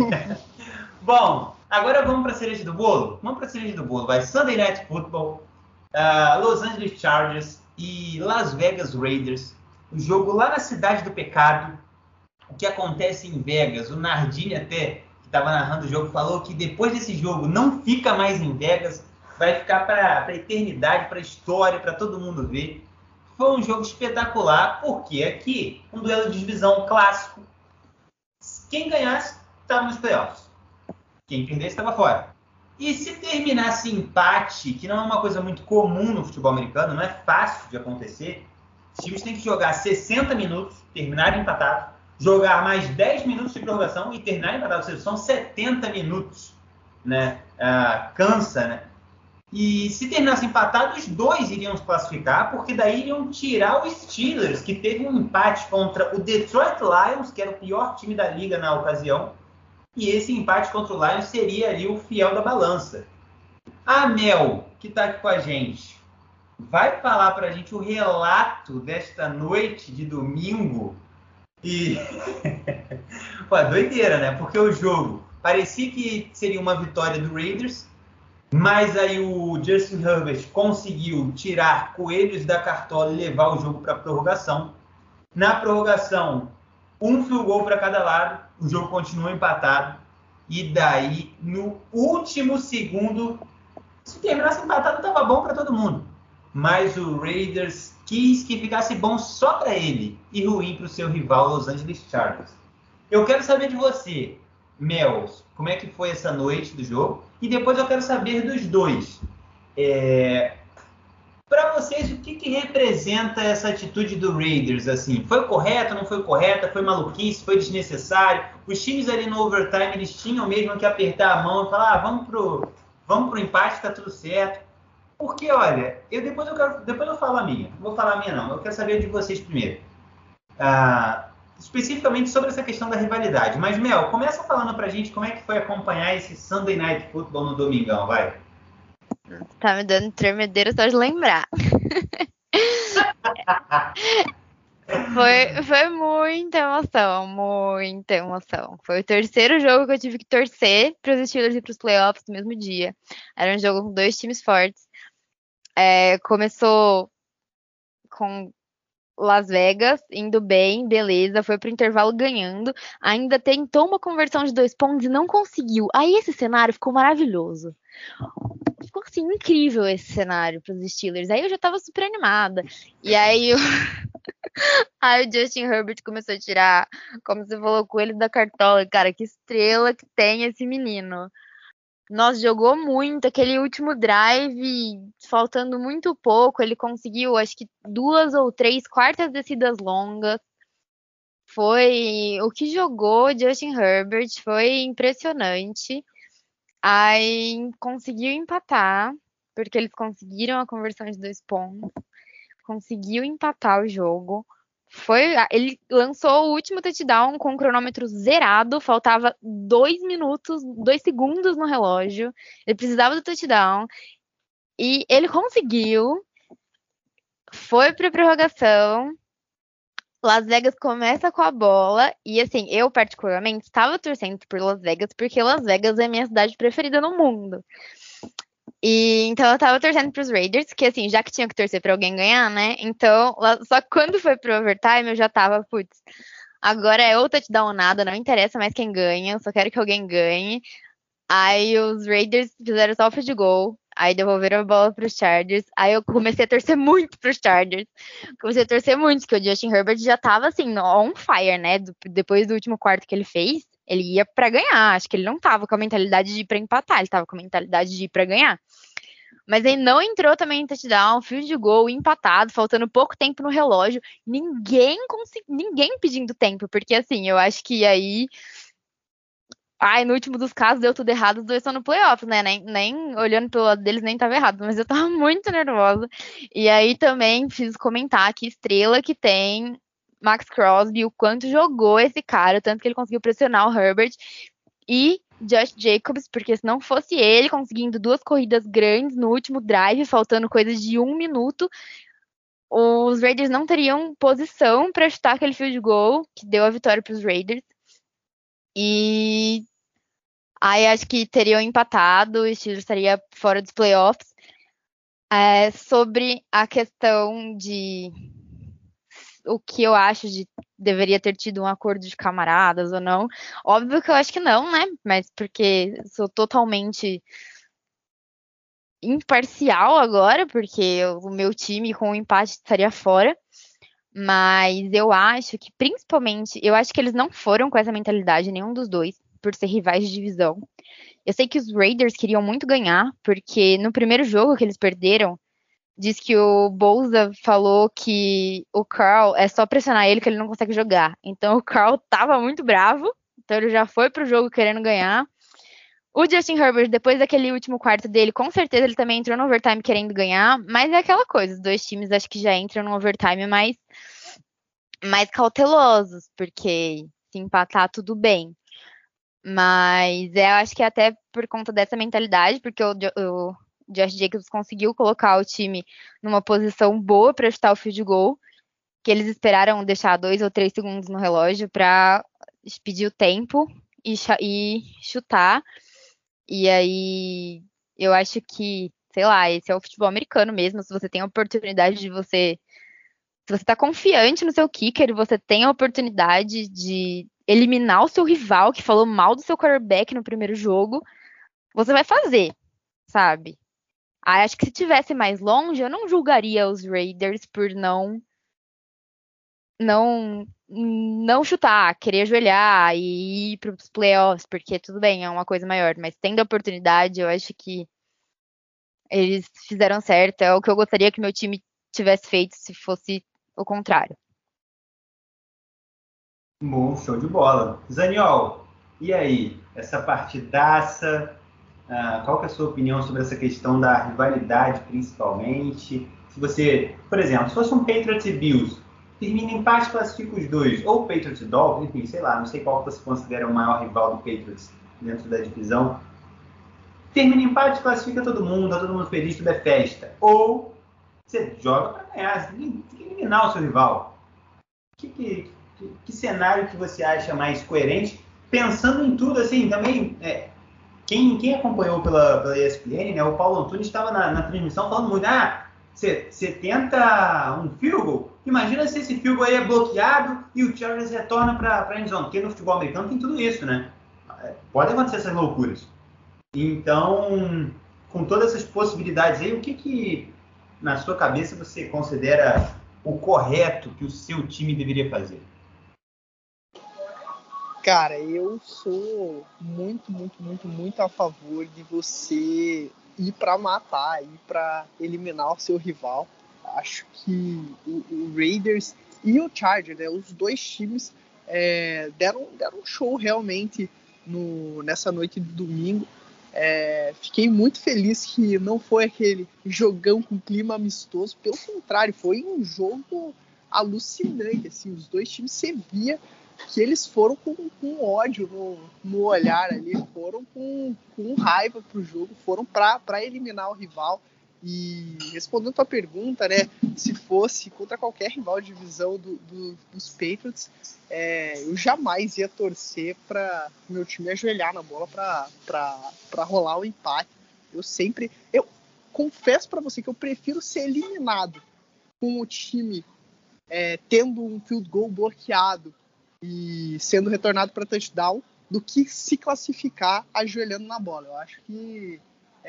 Bom, agora vamos para a cereja do bolo? Vamos para a cereja do bolo. Vai Sunday Night Football, uh, Los Angeles Chargers e Las Vegas Raiders. O jogo lá na Cidade do Pecado. O que acontece em Vegas? O Nardini até, que estava narrando o jogo, falou que depois desse jogo não fica mais em Vegas. Vai ficar para a eternidade, para a história, para todo mundo ver. Foi um jogo espetacular, porque aqui, um duelo de divisão clássico. Quem ganhasse, estava nos playoffs. Quem perdesse, estava fora. E se terminasse empate, que não é uma coisa muito comum no futebol americano, não é fácil de acontecer, os times têm que jogar sessenta minutos, terminar empatado, jogar mais dez minutos de prorrogação e terminar empatado. Ou seja, são setenta minutos. Né? Ah, cansa, né? E se terminasse empatado, os dois iriam se classificar, porque daí iriam tirar os Steelers, que teve um empate contra o Detroit Lions, que era o pior time da liga na ocasião, e esse empate contra o Lions seria ali o fiel da balança. A Mel, que está aqui com a gente, vai falar para a gente o relato desta noite de domingo. E, pô, doideira, né? Porque o jogo parecia que seria uma vitória do Raiders, mas aí o Justin Herbert conseguiu tirar coelhos da cartola e levar o jogo para a prorrogação. Na prorrogação, um field goal para cada lado, o jogo continuou empatado. E daí, no último segundo, se terminasse empatado, estava bom para todo mundo. Mas o Raiders quis que ficasse bom só para ele e ruim para o seu rival Los Angeles Chargers. Eu quero saber de você, Mel, como é que foi essa noite do jogo? E depois eu quero saber dos dois. É... Para vocês, o que, que representa essa atitude do Raiders? Assim, foi correta, não foi correta? Foi maluquice? Foi desnecessário? Os times ali no overtime, eles tinham mesmo que apertar a mão e falar, ah, vamos pro, vamos pro empate, tá tudo certo. Porque, olha, eu depois eu quero, depois eu falo a minha. Não vou falar a minha não, eu quero saber de vocês primeiro. Ah, especificamente sobre essa questão da rivalidade. Mas, Mel, começa falando pra gente como é que foi acompanhar esse Sunday Night Football no domingão, vai. Tá me dando tremedeira só de lembrar. foi, foi muita emoção, muita emoção. Foi o terceiro jogo que eu tive que torcer para os Steelers ir para os playoffs no mesmo dia. Era um jogo com dois times fortes. É, começou com Las Vegas, indo bem, beleza, foi pro intervalo ganhando, ainda tentou uma conversão de dois pontos e não conseguiu. Aí esse cenário ficou maravilhoso. Ficou assim, assim, incrível esse cenário para os Steelers. Aí eu já tava super animada. E aí, eu... aí o Justin Herbert começou a tirar, como você falou, coelho da cartola. Cara, que estrela que tem esse menino. Nossa, jogou muito. Aquele último drive, faltando muito pouco, ele conseguiu, acho que duas ou três quartas descidas longas. Foi o que jogou Justin Herbert, foi impressionante. Aí conseguiu empatar, porque eles conseguiram a conversão de dois pontos. Conseguiu empatar o jogo. Foi, ele lançou o último touchdown com o cronômetro zerado, faltava dois minutos, dois segundos no relógio. Ele precisava do touchdown e ele conseguiu. Foi para prorrogação. Las Vegas começa com a bola e, assim, eu particularmente estava torcendo por Las Vegas porque Las Vegas é a minha cidade preferida no mundo. E então eu tava torcendo pros Raiders, que assim, já que tinha que torcer pra alguém ganhar, né? Então, só que quando foi pro overtime, eu já tava, putz, agora é ou touchdown ou nada, não interessa mais quem ganha, eu só quero que alguém ganhe. Aí os Raiders fizeram só o field goal, aí devolveram a bola pros Chargers, aí eu comecei a torcer muito pros Chargers. Comecei a torcer muito, porque o Justin Herbert já tava assim, on fire, né? Do, depois do último quarto que ele fez, ele ia pra ganhar. Acho que ele não tava com a mentalidade de ir pra empatar, ele tava com a mentalidade de ir pra ganhar. Mas ele não entrou também em touchdown, field goal, empatado, faltando pouco tempo no relógio. Ninguém consegui, ninguém pedindo tempo, porque assim, eu acho que aí... Ai, no último dos casos deu tudo errado, os dois estão no playoff, né? Nem, nem olhando pelo lado deles, nem tava errado, mas eu tava muito nervosa. E aí também fiz comentar que estrela que tem Max Crosby, o quanto jogou esse cara, tanto que ele conseguiu pressionar o Herbert e Josh Jacobs, porque se não fosse ele conseguindo duas corridas grandes no último drive, faltando coisas de um minuto, os Raiders não teriam posição para chutar aquele field goal que deu a vitória para os Raiders. E aí acho que teriam empatado, o Steelers estaria fora dos playoffs. É, sobre a questão de o que eu acho de deveria ter tido um acordo de camaradas ou não. Óbvio que eu acho que não, né? Mas porque sou totalmente imparcial agora, porque o meu time com o empate estaria fora. Mas eu acho que, principalmente, eu acho que eles não foram com essa mentalidade, nenhum dos dois, por ser rivais de divisão. Eu sei que os Raiders queriam muito ganhar, porque no primeiro jogo que eles perderam, diz que o Bosa falou que o Carl é só pressionar ele que ele não consegue jogar. Então o Carl tava muito bravo, então ele já foi pro jogo querendo ganhar. O Justin Herbert, depois daquele último quarto dele, com certeza ele também entrou no overtime querendo ganhar, mas é aquela coisa, os dois times acho que já entram no overtime mais, mais cautelosos, porque se empatar tudo bem. Mas eu acho que é até por conta dessa mentalidade, porque o, o Josh Jacobs conseguiu colocar o time numa posição boa para chutar o field goal, que eles esperaram deixar dois ou três segundos no relógio para pedir o tempo e, e chutar. E aí, eu acho que, sei lá, esse é o futebol americano mesmo. Se você tem a oportunidade de você... Se você tá confiante no seu kicker, você tem a oportunidade de eliminar o seu rival, que falou mal do seu quarterback no primeiro jogo, você vai fazer, sabe? Aí, acho que se tivesse mais longe, eu não julgaria os Raiders por não... Não... não chutar, querer ajoelhar e ir para os playoffs, porque tudo bem, é uma coisa maior, mas tendo a oportunidade, eu acho que eles fizeram certo, é o que eu gostaria que meu time tivesse feito se fosse o contrário. Bom, show de bola. Zaniol, e aí? Essa partidaça, uh, qual que é a sua opinião sobre essa questão da rivalidade, principalmente? Se você, por exemplo, se fosse um Patriots e Bills, termina em empate, classifica os dois, ou Patriots e Dolphins, enfim, sei lá, não sei qual que você considera o maior rival do Patriots dentro da divisão. Termina em empate, classifica todo mundo, tá todo mundo feliz, tudo é festa. Ou você joga para ganhar, você tem que eliminar o seu rival. Que, que, que, que cenário que você acha mais coerente? Pensando em tudo, assim, também, é, quem, quem acompanhou pela, pela E S P N, né, o Paulo Antunes estava na, na transmissão falando muito, ah, você tenta um field goal, imagina se esse field goal aí é bloqueado e o Chargers retorna para a endzone, porque no futebol americano tem tudo isso, né? Pode acontecer essas loucuras. Então, com todas essas possibilidades aí, o que que, na sua cabeça, você considera o correto que o seu time deveria fazer? Cara, eu sou muito, muito, muito, muito a favor de você ir para matar, ir para eliminar o seu rival. Acho que o, o Raiders e o Chargers, né, os dois times é, deram, deram um show realmente no, nessa noite de domingo. É, fiquei muito feliz que não foi aquele jogão com clima amistoso, pelo contrário, foi um jogo alucinante. Assim, os dois times se via que eles foram com, com ódio no, no olhar ali, foram com, com raiva pro jogo, foram para eliminar o rival. E respondendo a tua pergunta, né, se fosse contra qualquer rival de divisão do, do, dos Patriots, é, eu jamais ia torcer para o meu time ajoelhar na bola para rolar o empate. Eu sempre, eu confesso para você que eu prefiro ser eliminado com o time é, tendo um field goal bloqueado e sendo retornado para touchdown do que se classificar ajoelhando na bola. Eu acho que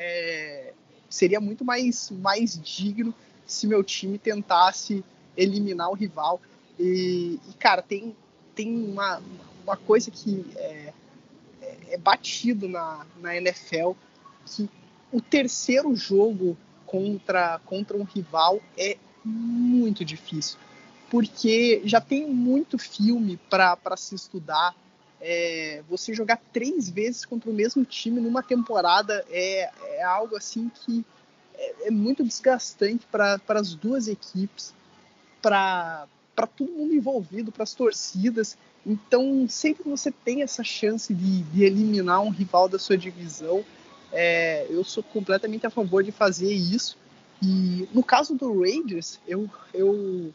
é, seria muito mais, mais digno se meu time tentasse eliminar o rival. E, e cara, tem, tem uma, uma coisa que é, é batido na, na N F L, que o terceiro jogo contra, contra um rival é muito difícil, porque já tem muito filme para se estudar. É, você jogar três vezes contra o mesmo time numa temporada é, é algo assim que é, é muito desgastante para as duas equipes, para todo mundo envolvido, para as torcidas. Então, sempre que você tem essa chance de, de eliminar um rival da sua divisão, é, eu sou completamente a favor de fazer isso. E no caso do Raiders, eu, eu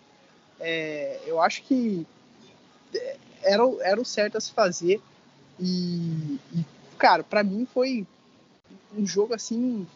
É, eu acho que era, era o certo a se fazer. E, e cara, pra mim foi um jogo assim,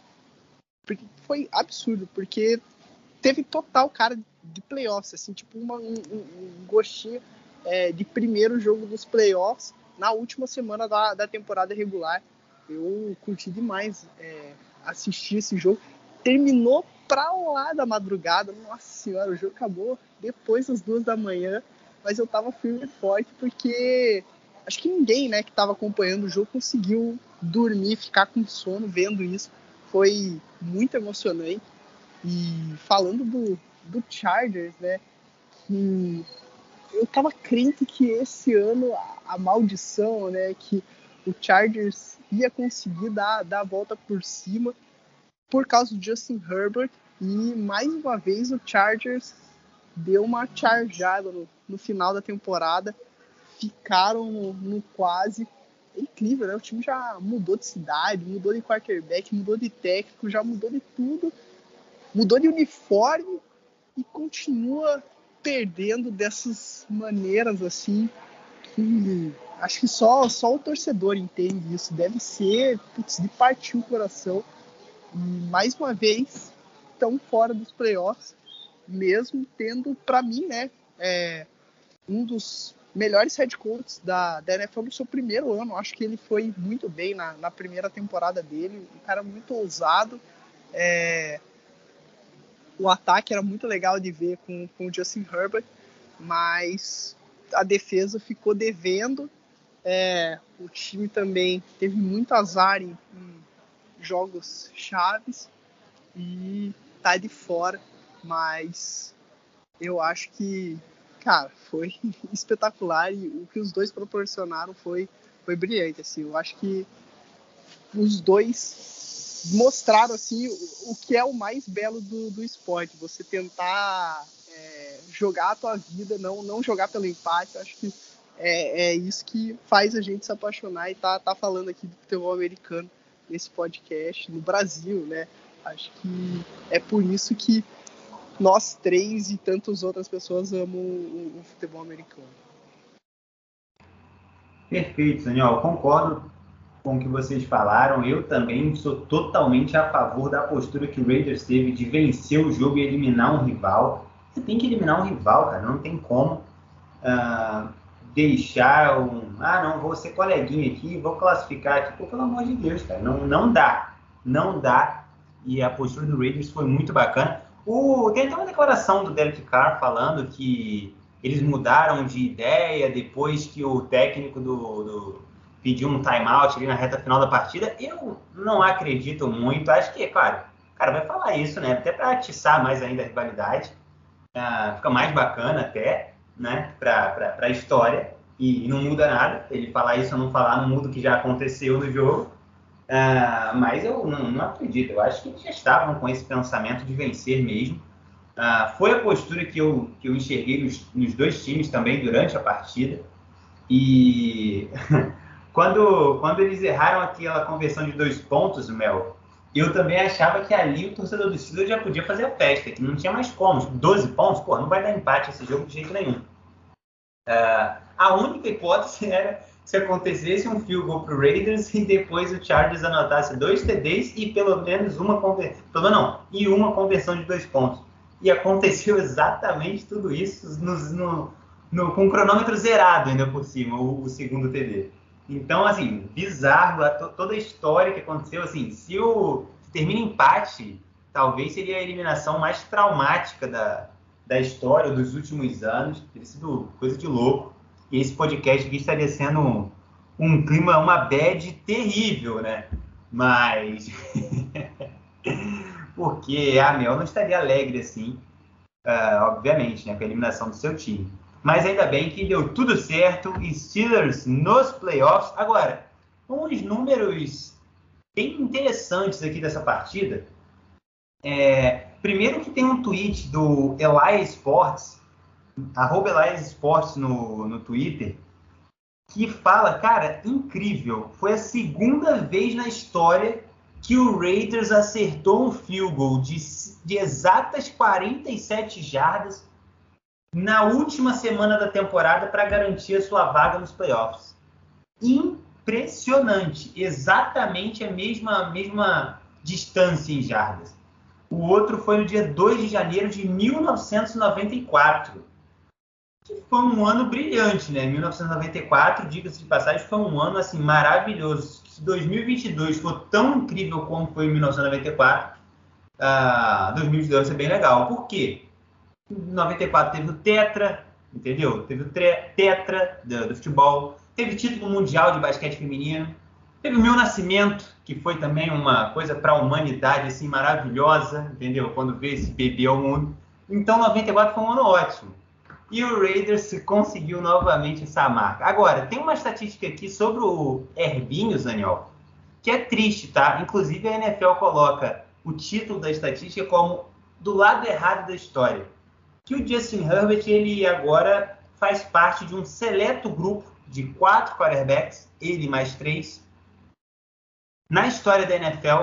foi absurdo, porque teve total cara de playoffs, assim, tipo uma, um, um gostinho é, de primeiro jogo dos playoffs na última semana da, da temporada regular. Eu curti demais é, assistir esse jogo. Terminou pra lá da madrugada. Nossa senhora, o jogo acabou depois das duas da manhã, mas eu tava firme e forte porque acho que ninguém, né, que tava acompanhando o jogo conseguiu dormir, ficar com sono vendo isso. Foi muito emocionante. E falando do, do Chargers, né, que eu tava crente que esse ano a, a maldição, né, que o Chargers ia conseguir dar, dar a volta por cima por causa do Justin Herbert, e mais uma vez o Chargers deu uma chargeada no, no final da temporada, ficaram no, no quase. É incrível, né? O time já mudou de cidade, mudou de quarterback, mudou de técnico, já mudou de tudo, mudou de uniforme e continua perdendo dessas maneiras assim que acho que só, só o torcedor entende isso. Deve ser, putz, de partir o coração. E mais uma vez estão fora dos playoffs, mesmo tendo, para mim, né, é, um dos melhores head coaches da, da N F L no seu primeiro ano. Acho que ele foi muito bem na, na primeira temporada dele, um cara muito ousado. É, o ataque era muito legal de ver com, com o Justin Herbert, mas a defesa ficou devendo. É, o time também teve muito azar em, em jogos chaves e tá de fora, mas eu acho que, cara, foi espetacular e o que os dois proporcionaram foi, foi brilhante, assim. Eu acho que os dois mostraram, assim, o, o que é o mais belo do, do esporte, você tentar é, jogar a tua vida, não, não jogar pelo empate. Eu acho que é, é isso que faz a gente se apaixonar e tá, tá falando aqui do futebol americano nesse podcast, no Brasil, né? Acho que é por isso que nós três e tantas outras pessoas amam o, o futebol americano. Perfeito, Daniel. Concordo com o que vocês falaram. Eu também sou totalmente a favor da postura que o Raiders teve de vencer o jogo e eliminar um rival. Você tem que eliminar um rival, cara. Não tem como uh, deixar um... Ah, não, vou ser coleguinha aqui, vou classificar aqui. Pô, pelo amor de Deus, cara. Não, não dá. não dá, e a postura do Raiders foi muito bacana. O, tem até uma declaração do Derek Carr falando que eles mudaram de ideia depois que o técnico do, do pediu um timeout ali na reta final da partida. Eu não acredito muito, acho que, claro, o cara vai falar isso, né, até para atiçar mais ainda a rivalidade, uh, fica mais bacana até, né, para a história, e, e não muda nada, ele falar isso ou não falar, não muda o que já aconteceu no jogo. Uh, mas eu não, não acredito, eu acho que eles já estavam com esse pensamento de vencer mesmo. Uh, foi a postura que eu, que eu enxerguei nos, nos dois times também durante a partida. E quando, quando eles erraram aquela conversão de dois pontos, Mel, eu também achava que ali o torcedor do Steelers já podia fazer a festa, que não tinha mais como. doze pontos, pô, não vai dar empate esse jogo de jeito nenhum. Uh, a única hipótese era se acontecesse um field goal pro Raiders e depois o Chargers anotasse dois T Ds e pelo menos uma conversão, não, e uma conversão de dois pontos. E aconteceu exatamente tudo isso no, no, no, com o cronômetro zerado ainda por cima, o, o segundo T D. Então, assim, bizarro, a, toda a história que aconteceu, assim, se o se termina empate, talvez seria a eliminação mais traumática da, da história dos últimos anos, teria sido coisa de louco. E esse podcast aqui estaria sendo um, um clima, uma bad terrível, né? Mas... porque a Mel não estaria alegre assim, uh, obviamente, né, com a eliminação do seu time. Mas ainda bem que deu tudo certo e Steelers nos playoffs. Agora, uns números bem interessantes aqui dessa partida. É, primeiro que tem um tweet do Elias Sports, arroba Elias Sports no, no Twitter, que fala, cara, incrível, foi a segunda vez na história que o Raiders acertou um field goal de, de exatas quarenta e sete jardas na última semana da temporada para garantir a sua vaga nos playoffs. Impressionante, exatamente a mesma, a mesma distância em jardas. O outro foi no dia dois de janeiro de mil novecentos e noventa e quatro, que foi um ano brilhante, né? mil novecentos e noventa e quatro, diga-se de passagem, foi um ano assim maravilhoso. Se dois mil e vinte e dois for tão incrível como foi em mil novecentos e noventa e quatro, uh, dois mil e vinte e dois vai ser bem legal. Por quê? Em noventa e quatro teve o Tetra, entendeu? Teve o tre- Tetra do, do futebol, teve título mundial de basquete feminino, teve o meu nascimento, que foi também uma coisa para a humanidade assim, maravilhosa, entendeu? Quando veio esse bebê ao mundo. Então, noventa e quatro foi um ano ótimo. E o Raiders conseguiu novamente essa marca. Agora, tem uma estatística aqui sobre o Herbinho, Zaniol, que é triste, tá? Inclusive, a N F L coloca o título da estatística como do lado errado da história. Que o Justin Herbert, ele agora faz parte de um seleto grupo de quatro quarterbacks, ele mais três, na história da N F L,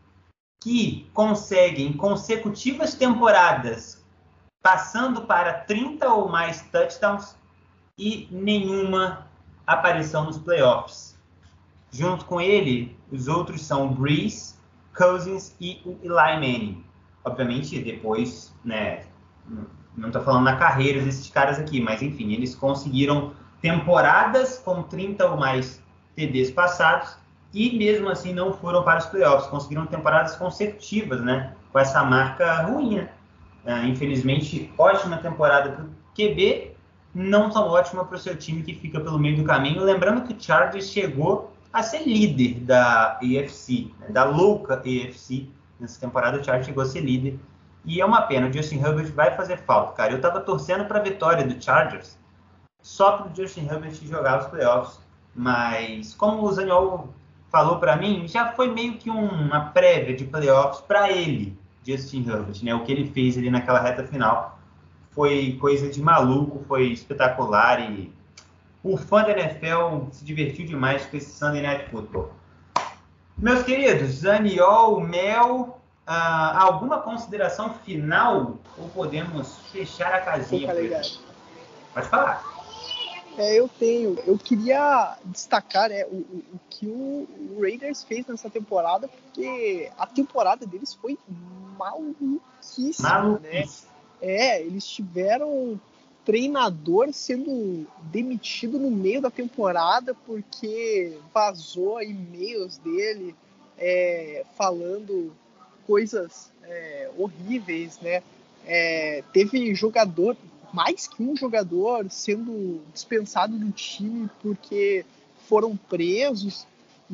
que conseguem consecutivas temporadas passando para trinta ou mais touchdowns e nenhuma aparição nos playoffs. Junto com ele, os outros são Breeze, Cousins e o Eli Manning. Obviamente, depois, né, não estou falando na carreira desses caras aqui, mas enfim, eles conseguiram temporadas com trinta ou mais T Ds passados e mesmo assim não foram para os playoffs. Conseguiram temporadas consecutivas, né, com essa marca ruim, né? Uh, infelizmente, ótima temporada para o Q B, não tão ótima para o seu time que fica pelo meio do caminho. Lembrando que o Chargers chegou a ser líder da A F C, né, da louca A F C. Nessa temporada o Chargers chegou a ser líder. E é uma pena, o Justin Herbert vai fazer falta, cara. Eu estava torcendo para a vitória do Chargers só para o Justin Herbert jogar os playoffs. Mas, como o Zaniol falou para mim, já foi meio que uma prévia de playoffs para ele, Justin Herbert, né? O que ele fez ali naquela reta final foi coisa de maluco, foi espetacular e o fã da N F L se divertiu demais com esse Sunday Night Football. Meus queridos, Zaniol, Mel, uh, alguma consideração final ou podemos fechar a casinha? Pode falar. É, eu tenho. Eu queria destacar, né, o, o que o Raiders fez nessa temporada, porque a temporada deles foi maluquíssima, Maluquice. né? É, eles tiveram treinador sendo demitido no meio da temporada porque vazou e-mails dele é, falando coisas é, horríveis, né? É, teve jogador, mais que um jogador, sendo dispensado do time porque foram presos,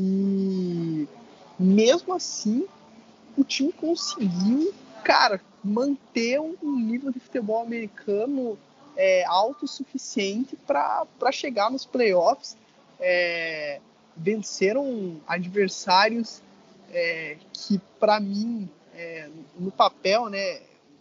e mesmo assim o time conseguiu, cara, manter um nível de futebol americano é, alto o suficiente para chegar nos playoffs. É, venceram adversários é, que, para mim, é, no papel, né,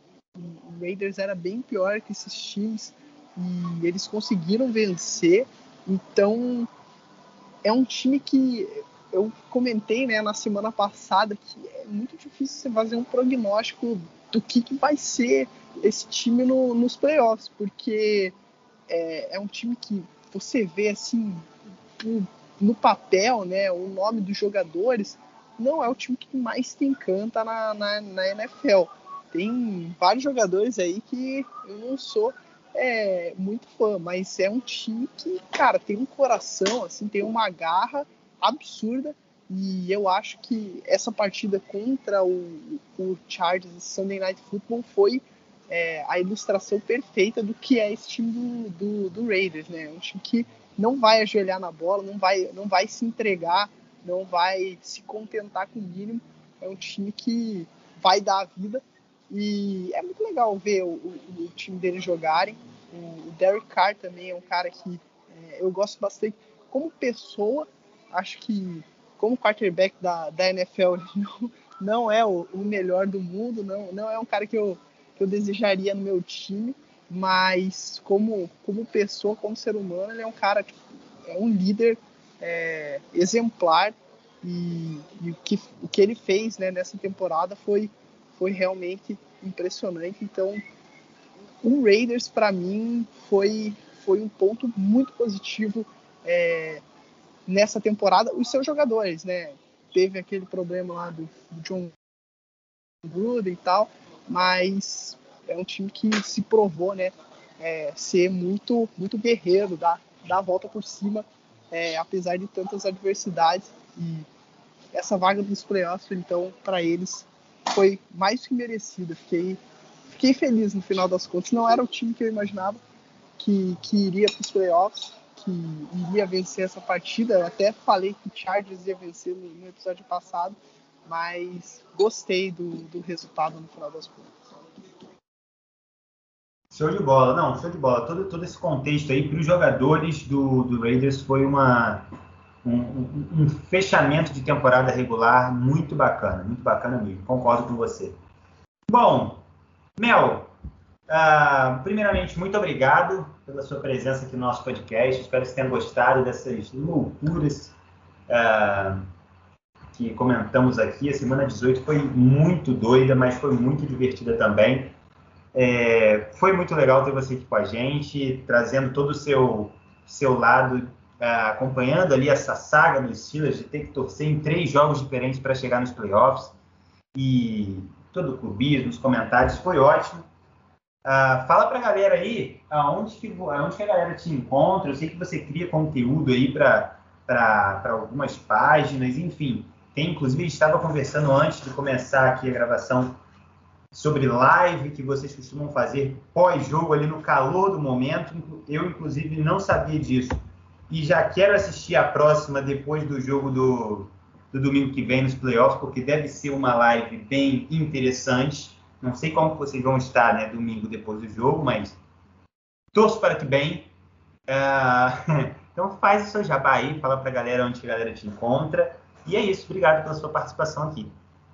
o Raiders era bem pior que esses times, e eles conseguiram vencer. Então, é um time que eu comentei, né, na semana passada, que é muito difícil você fazer um prognóstico do que, que vai ser esse time no, nos playoffs, porque é, é um time que você vê assim no, no papel, né, o nome dos jogadores, não é o time que mais te encanta na, na, na N F L. Tem vários jogadores aí que eu não sou é, muito fã, mas é um time que, cara, tem um coração, assim, tem uma garra absurda, e eu acho que essa partida contra o, o Chargers e Sunday Night Football foi é, a ilustração perfeita do que é esse time do, do, do Raiders, né? Um time que não vai ajoelhar na bola, não vai, não vai se entregar, não vai se contentar com o mínimo. É um time que vai dar a vida, e é muito legal ver o, o, o time deles jogarem. O, o Derek Carr também é um cara que é, eu gosto bastante como pessoa. Acho que como quarterback da, da N F L não, não é o, o melhor do mundo, não, não é um cara que eu, que eu desejaria no meu time, mas como, como pessoa, como ser humano, ele é um cara que é um líder é, exemplar, e, e o, que, o que ele fez, né, nessa temporada foi, foi realmente impressionante. Então, o Raiders, para mim, foi, foi um ponto muito positivo é, nessa temporada. Os seus jogadores, né? Teve aquele problema lá do, do John Gruden e tal, mas é um time que se provou, né, é, ser muito, muito guerreiro, dar, dar a volta por cima, é, apesar de tantas adversidades. E essa vaga dos playoffs, então, para eles foi mais que merecida. Fiquei, fiquei feliz no final das contas. Não era o time que eu imaginava que, que iria para os playoffs, que iria vencer essa partida. Eu até falei que o Chargers ia vencer no, no episódio passado, mas gostei do, do resultado no final das contas. Show de bola, não, show de bola. Todo, todo esse contexto aí para os jogadores do, do Raiders foi uma, um, um, um fechamento de temporada regular muito bacana, muito bacana mesmo, concordo com você. Bom, Mel, uh, primeiramente, muito obrigado pela sua presença aqui no nosso podcast. Espero que você tenha gostado dessas loucuras uh, que comentamos aqui. A semana dezoito foi muito doida, mas foi muito divertida também. É, foi muito legal ter você aqui com a gente, trazendo todo o seu, seu lado, uh, acompanhando ali essa saga dos Steelers de ter que torcer em três jogos diferentes para chegar nos playoffs. E todo o clubismo, os comentários, foi ótimo. Uh, fala pra galera aí aonde que, aonde que a galera te encontra. Eu sei que você cria conteúdo aí para algumas páginas, enfim. Tem, inclusive, a gente estava conversando antes de começar aqui a gravação sobre live que vocês costumam fazer pós-jogo ali no calor do momento. Eu, inclusive, não sabia disso. E já quero assistir a próxima depois do jogo do, do domingo que vem nos playoffs, porque deve ser uma live bem interessante. Não sei como vocês vão estar, né, domingo depois do jogo, mas torço para que bem. Uh, então faz o seu jabá aí, fala para a galera onde a galera te encontra. E é isso, obrigado pela sua participação aqui.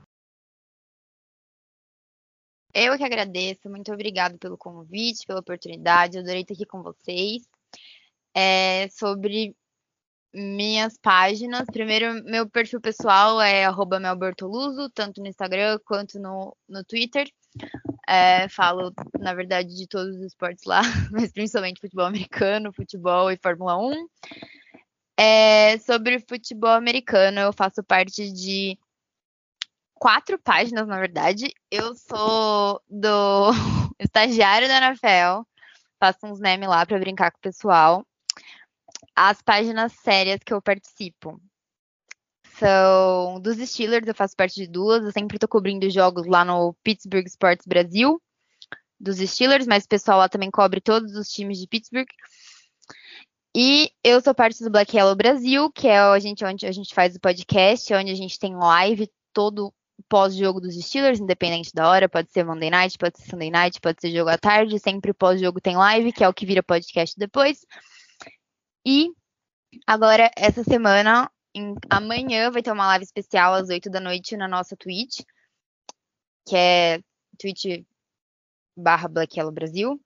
Eu que agradeço, muito obrigado pelo convite, pela oportunidade, eu adorei estar aqui com vocês. É, sobre minhas páginas, primeiro, meu perfil pessoal é arroba melbertoluso, tanto no Instagram quanto no, no Twitter. É, falo, na verdade, de todos os esportes lá, mas principalmente futebol americano, futebol e Fórmula um. É, sobre futebol americano, eu faço parte de quatro páginas, na verdade. Eu sou do estagiário da N F L, faço uns memes lá para brincar com o pessoal. As páginas sérias que eu participo são dos Steelers, eu faço parte de duas, eu sempre tô cobrindo jogos lá no Pittsburgh Sports Brasil, dos Steelers, mas o pessoal lá também cobre todos os times de Pittsburgh. E eu sou parte do Black Yellow Brasil, que é a gente, onde a gente faz o podcast, onde a gente tem live todo pós-jogo dos Steelers, independente da hora, pode ser Monday Night, pode ser Sunday Night, pode ser jogo à tarde, sempre pós-jogo tem live, que é o que vira podcast depois. E agora, essa semana, em, amanhã, vai ter uma live especial às oito da noite na nossa Twitch, que é Twitch barra Black Yellow Brasil,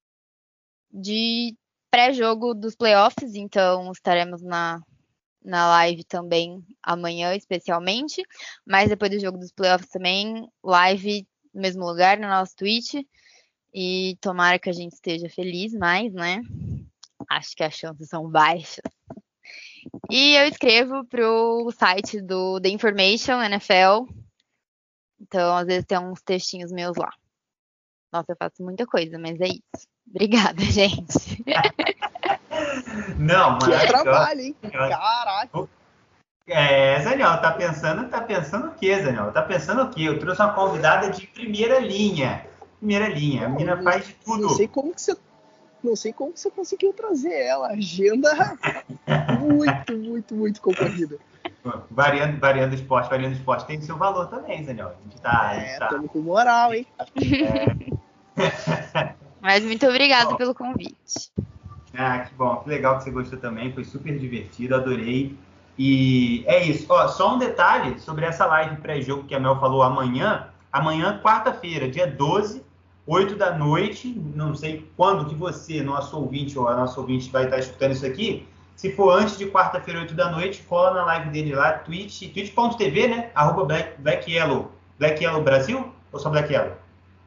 de pré-jogo dos playoffs, então estaremos na, na live também amanhã, especialmente, mas depois do jogo dos playoffs também, live no mesmo lugar, na nossa Twitch, e tomara que a gente esteja feliz mais, né? Acho que as chances são baixas. E eu escrevo pro site do The Information N F L, então às vezes tem uns textinhos meus lá. Nossa, eu faço muita coisa, mas é isso. Obrigada, gente. Não, Que mano. é trabalho, hein? Caraca. É, Zaniel, tá pensando, tá pensando o quê, Zaniel? Tá pensando o quê? Eu trouxe uma convidada de primeira linha. Primeira linha. A menina faz de tudo. Não sei como que você, não sei como que você conseguiu trazer ela. Agenda muito, muito, muito concorrida. Variando, variando esporte, variando esporte tem seu valor também, Zaniel. A gente tá. É, tá... estamos com moral, hein? É. Mas muito obrigada bom. pelo convite. Ah, que bom, que legal que você gostou também, foi super divertido, adorei. E é isso. Ó, só um detalhe sobre essa live pré-jogo que a Mel falou amanhã. Amanhã, quarta-feira, dia doze, oito da noite. Não sei quando que você, nosso ouvinte ou a nossa ouvinte, vai estar escutando isso aqui. Se for antes de quarta-feira, oito da noite, cola na live dele lá, twitch, twitch ponto t v, né? Arroba Black, Black Yellow. Black Yellow Brasil ou só Black Yellow?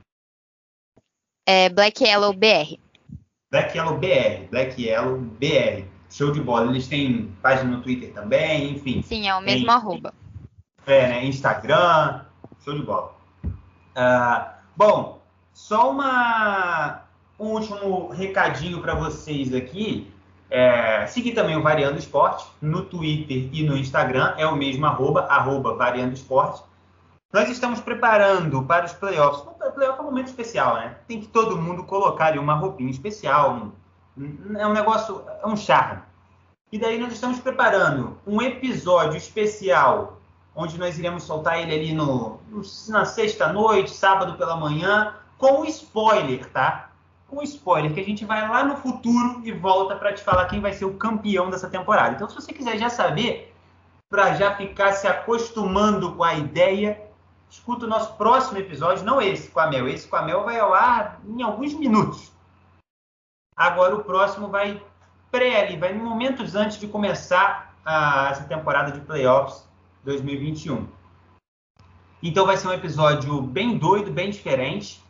É Black Yellow B R. Black Yellow B R. Black Yellow B R. Show de bola. Eles têm página no Twitter também, enfim. Sim, é o mesmo tem, arroba. É, né? Instagram. Show de bola. Uh, bom, só uma, um último recadinho para vocês aqui. É, seguir também o Variando Esporte no Twitter e no Instagram. É o mesmo arroba, arroba Variando Esporte. Nós estamos preparando para os playoffs. O playoff é um momento especial, né? Tem que todo mundo colocar ali uma roupinha especial. Um, é um negócio, é um charme. E daí nós estamos preparando um episódio especial, onde nós iremos soltar ele ali no, no, na sexta-noite, sábado pela manhã, com spoiler, tá? Com spoiler, que a gente vai lá no futuro e volta para te falar quem vai ser o campeão dessa temporada. Então, se você quiser já saber, para já ficar se acostumando com a ideia, escuta o nosso próximo episódio, não esse com a Mel. Esse com a Mel vai ao ar em alguns minutos. Agora o próximo vai pré ali, vai momentos antes de começar a, essa temporada de playoffs dois mil e vinte e um. Então vai ser um episódio bem doido, bem diferente,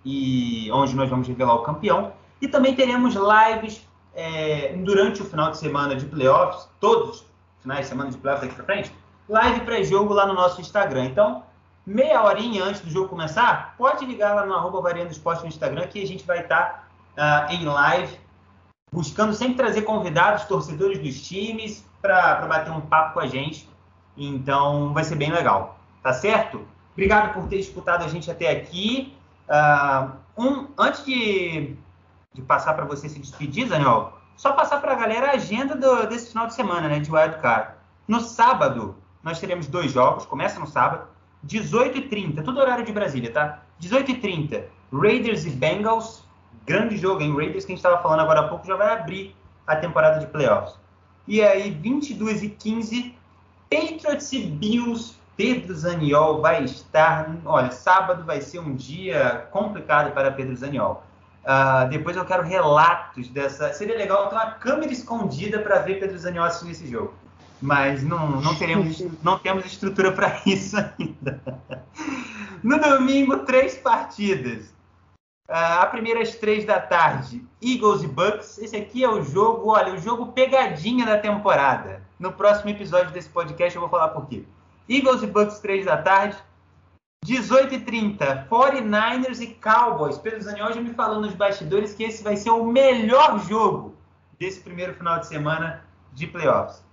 e onde nós vamos revelar o campeão. E também teremos lives é, durante o final de semana de playoffs, todos os finais de semana de playoffs daqui para frente, live pré-jogo lá no nosso Instagram. Então, meia horinha antes do jogo começar, pode ligar lá no arroba Variando Esporte no Instagram, que a gente vai estar uh, em live, buscando sempre trazer convidados, torcedores dos times, para bater um papo com a gente. Então, vai ser bem legal. Tá certo? Obrigado por ter escutado a gente até aqui. Uh, um, antes de, de passar para você se despedir, Daniel, só passar para a galera a agenda do, desse final de semana, né, de Wildcard. No sábado, nós teremos dois jogos. Começa no sábado. dezoito e trinta, tudo horário de Brasília, tá? dezoito e trinta, Raiders e Bengals. Grande jogo, hein? Raiders, que a gente estava falando agora há pouco, já vai abrir a temporada de playoffs. E aí, vinte e duas e quinze, Patriots e Bills. Pedro Zaniol vai estar... Olha, sábado vai ser um dia complicado para Pedro Zaniol. Uh, depois eu quero relatos dessa... Seria legal ter uma câmera escondida para ver Pedro Zaniol assistindo esse jogo. Mas não, não, teremos, não temos estrutura para isso ainda. No domingo, três partidas. Uh, a primeira às três da tarde, Eagles e Bucks. Esse aqui é o jogo, olha, o jogo pegadinha da temporada. No próximo episódio desse podcast eu vou falar por quê. Eagles e Bucks, três da tarde. dezoito e trinta, quarenta e nine ers e Cowboys. Pedro Zaniol já me falou nos bastidores que esse vai ser o melhor jogo desse primeiro final de semana de playoffs.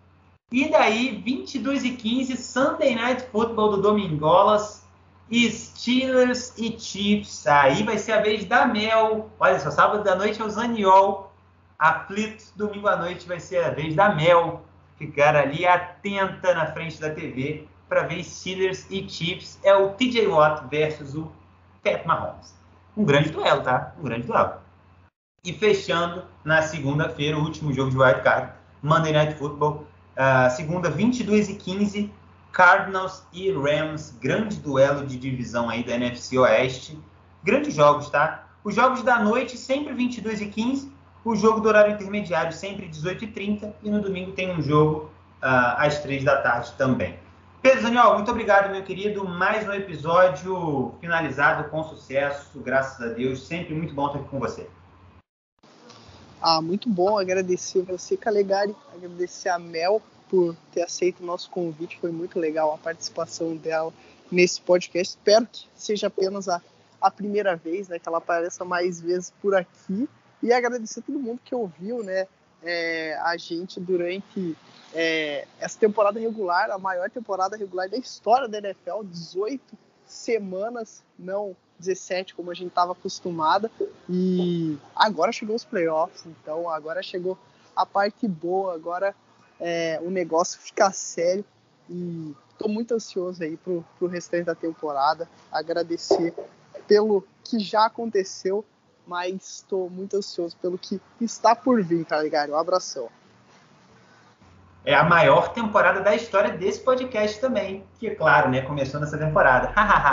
E daí, vinte e duas e quinze, Sunday Night Football do Domingolas, Steelers e Chiefs. Aí vai ser a vez da Mel. Olha só, sábado da noite é o Zaniol aflito. Domingo à noite vai ser a vez da Mel ficar ali atenta na frente da T V para ver Steelers e Chiefs. É o T J Watt versus o Pat Mahomes. Um grande duelo, tá? Um grande duelo. E fechando na segunda-feira, o último jogo de Wild Card, Monday Night Football. Uh, segunda, vinte e duas e quinze, Cardinals e Rams, grande duelo de divisão aí da N F C Oeste. Grandes jogos, tá? Os jogos da noite sempre vinte e dois e quinze, o jogo do horário intermediário sempre dezoito e trinta e no domingo tem um jogo uh, às três da tarde também. Pedro Zaniol, muito obrigado, meu querido. Mais um episódio finalizado com sucesso, graças a Deus. Sempre muito bom estar aqui com você. Ah, muito bom, agradecer a você, Calegari, agradecer a Mel por ter aceito o nosso convite, foi muito legal a participação dela nesse podcast. Espero que seja apenas a, a primeira vez, né, que ela apareça mais vezes por aqui, e agradecer a todo mundo que ouviu, né, é, a gente durante é, essa temporada regular, a maior temporada regular da história da N F L, dezoito semanas, não dezessete, como a gente estava acostumada, e agora chegou os playoffs, então agora chegou a parte boa, agora é, o negócio fica sério, e estou muito ansioso aí pro, pro restante da temporada, agradecer pelo que já aconteceu, mas estou muito ansioso pelo que está por vir, Calegari. Um abração. É a maior temporada da história desse podcast também, que, claro, né, começou nessa temporada.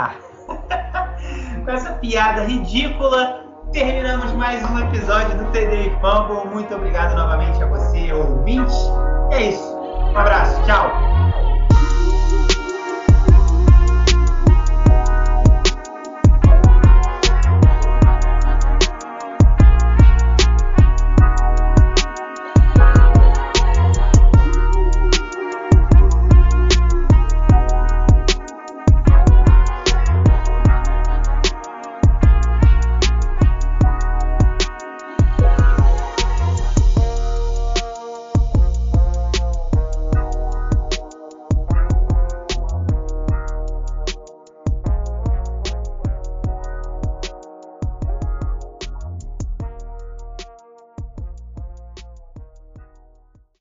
Com essa piada ridícula, terminamos mais um episódio do T D Fumble. Muito obrigado novamente a você, ouvinte. É isso. Um abraço. Tchau.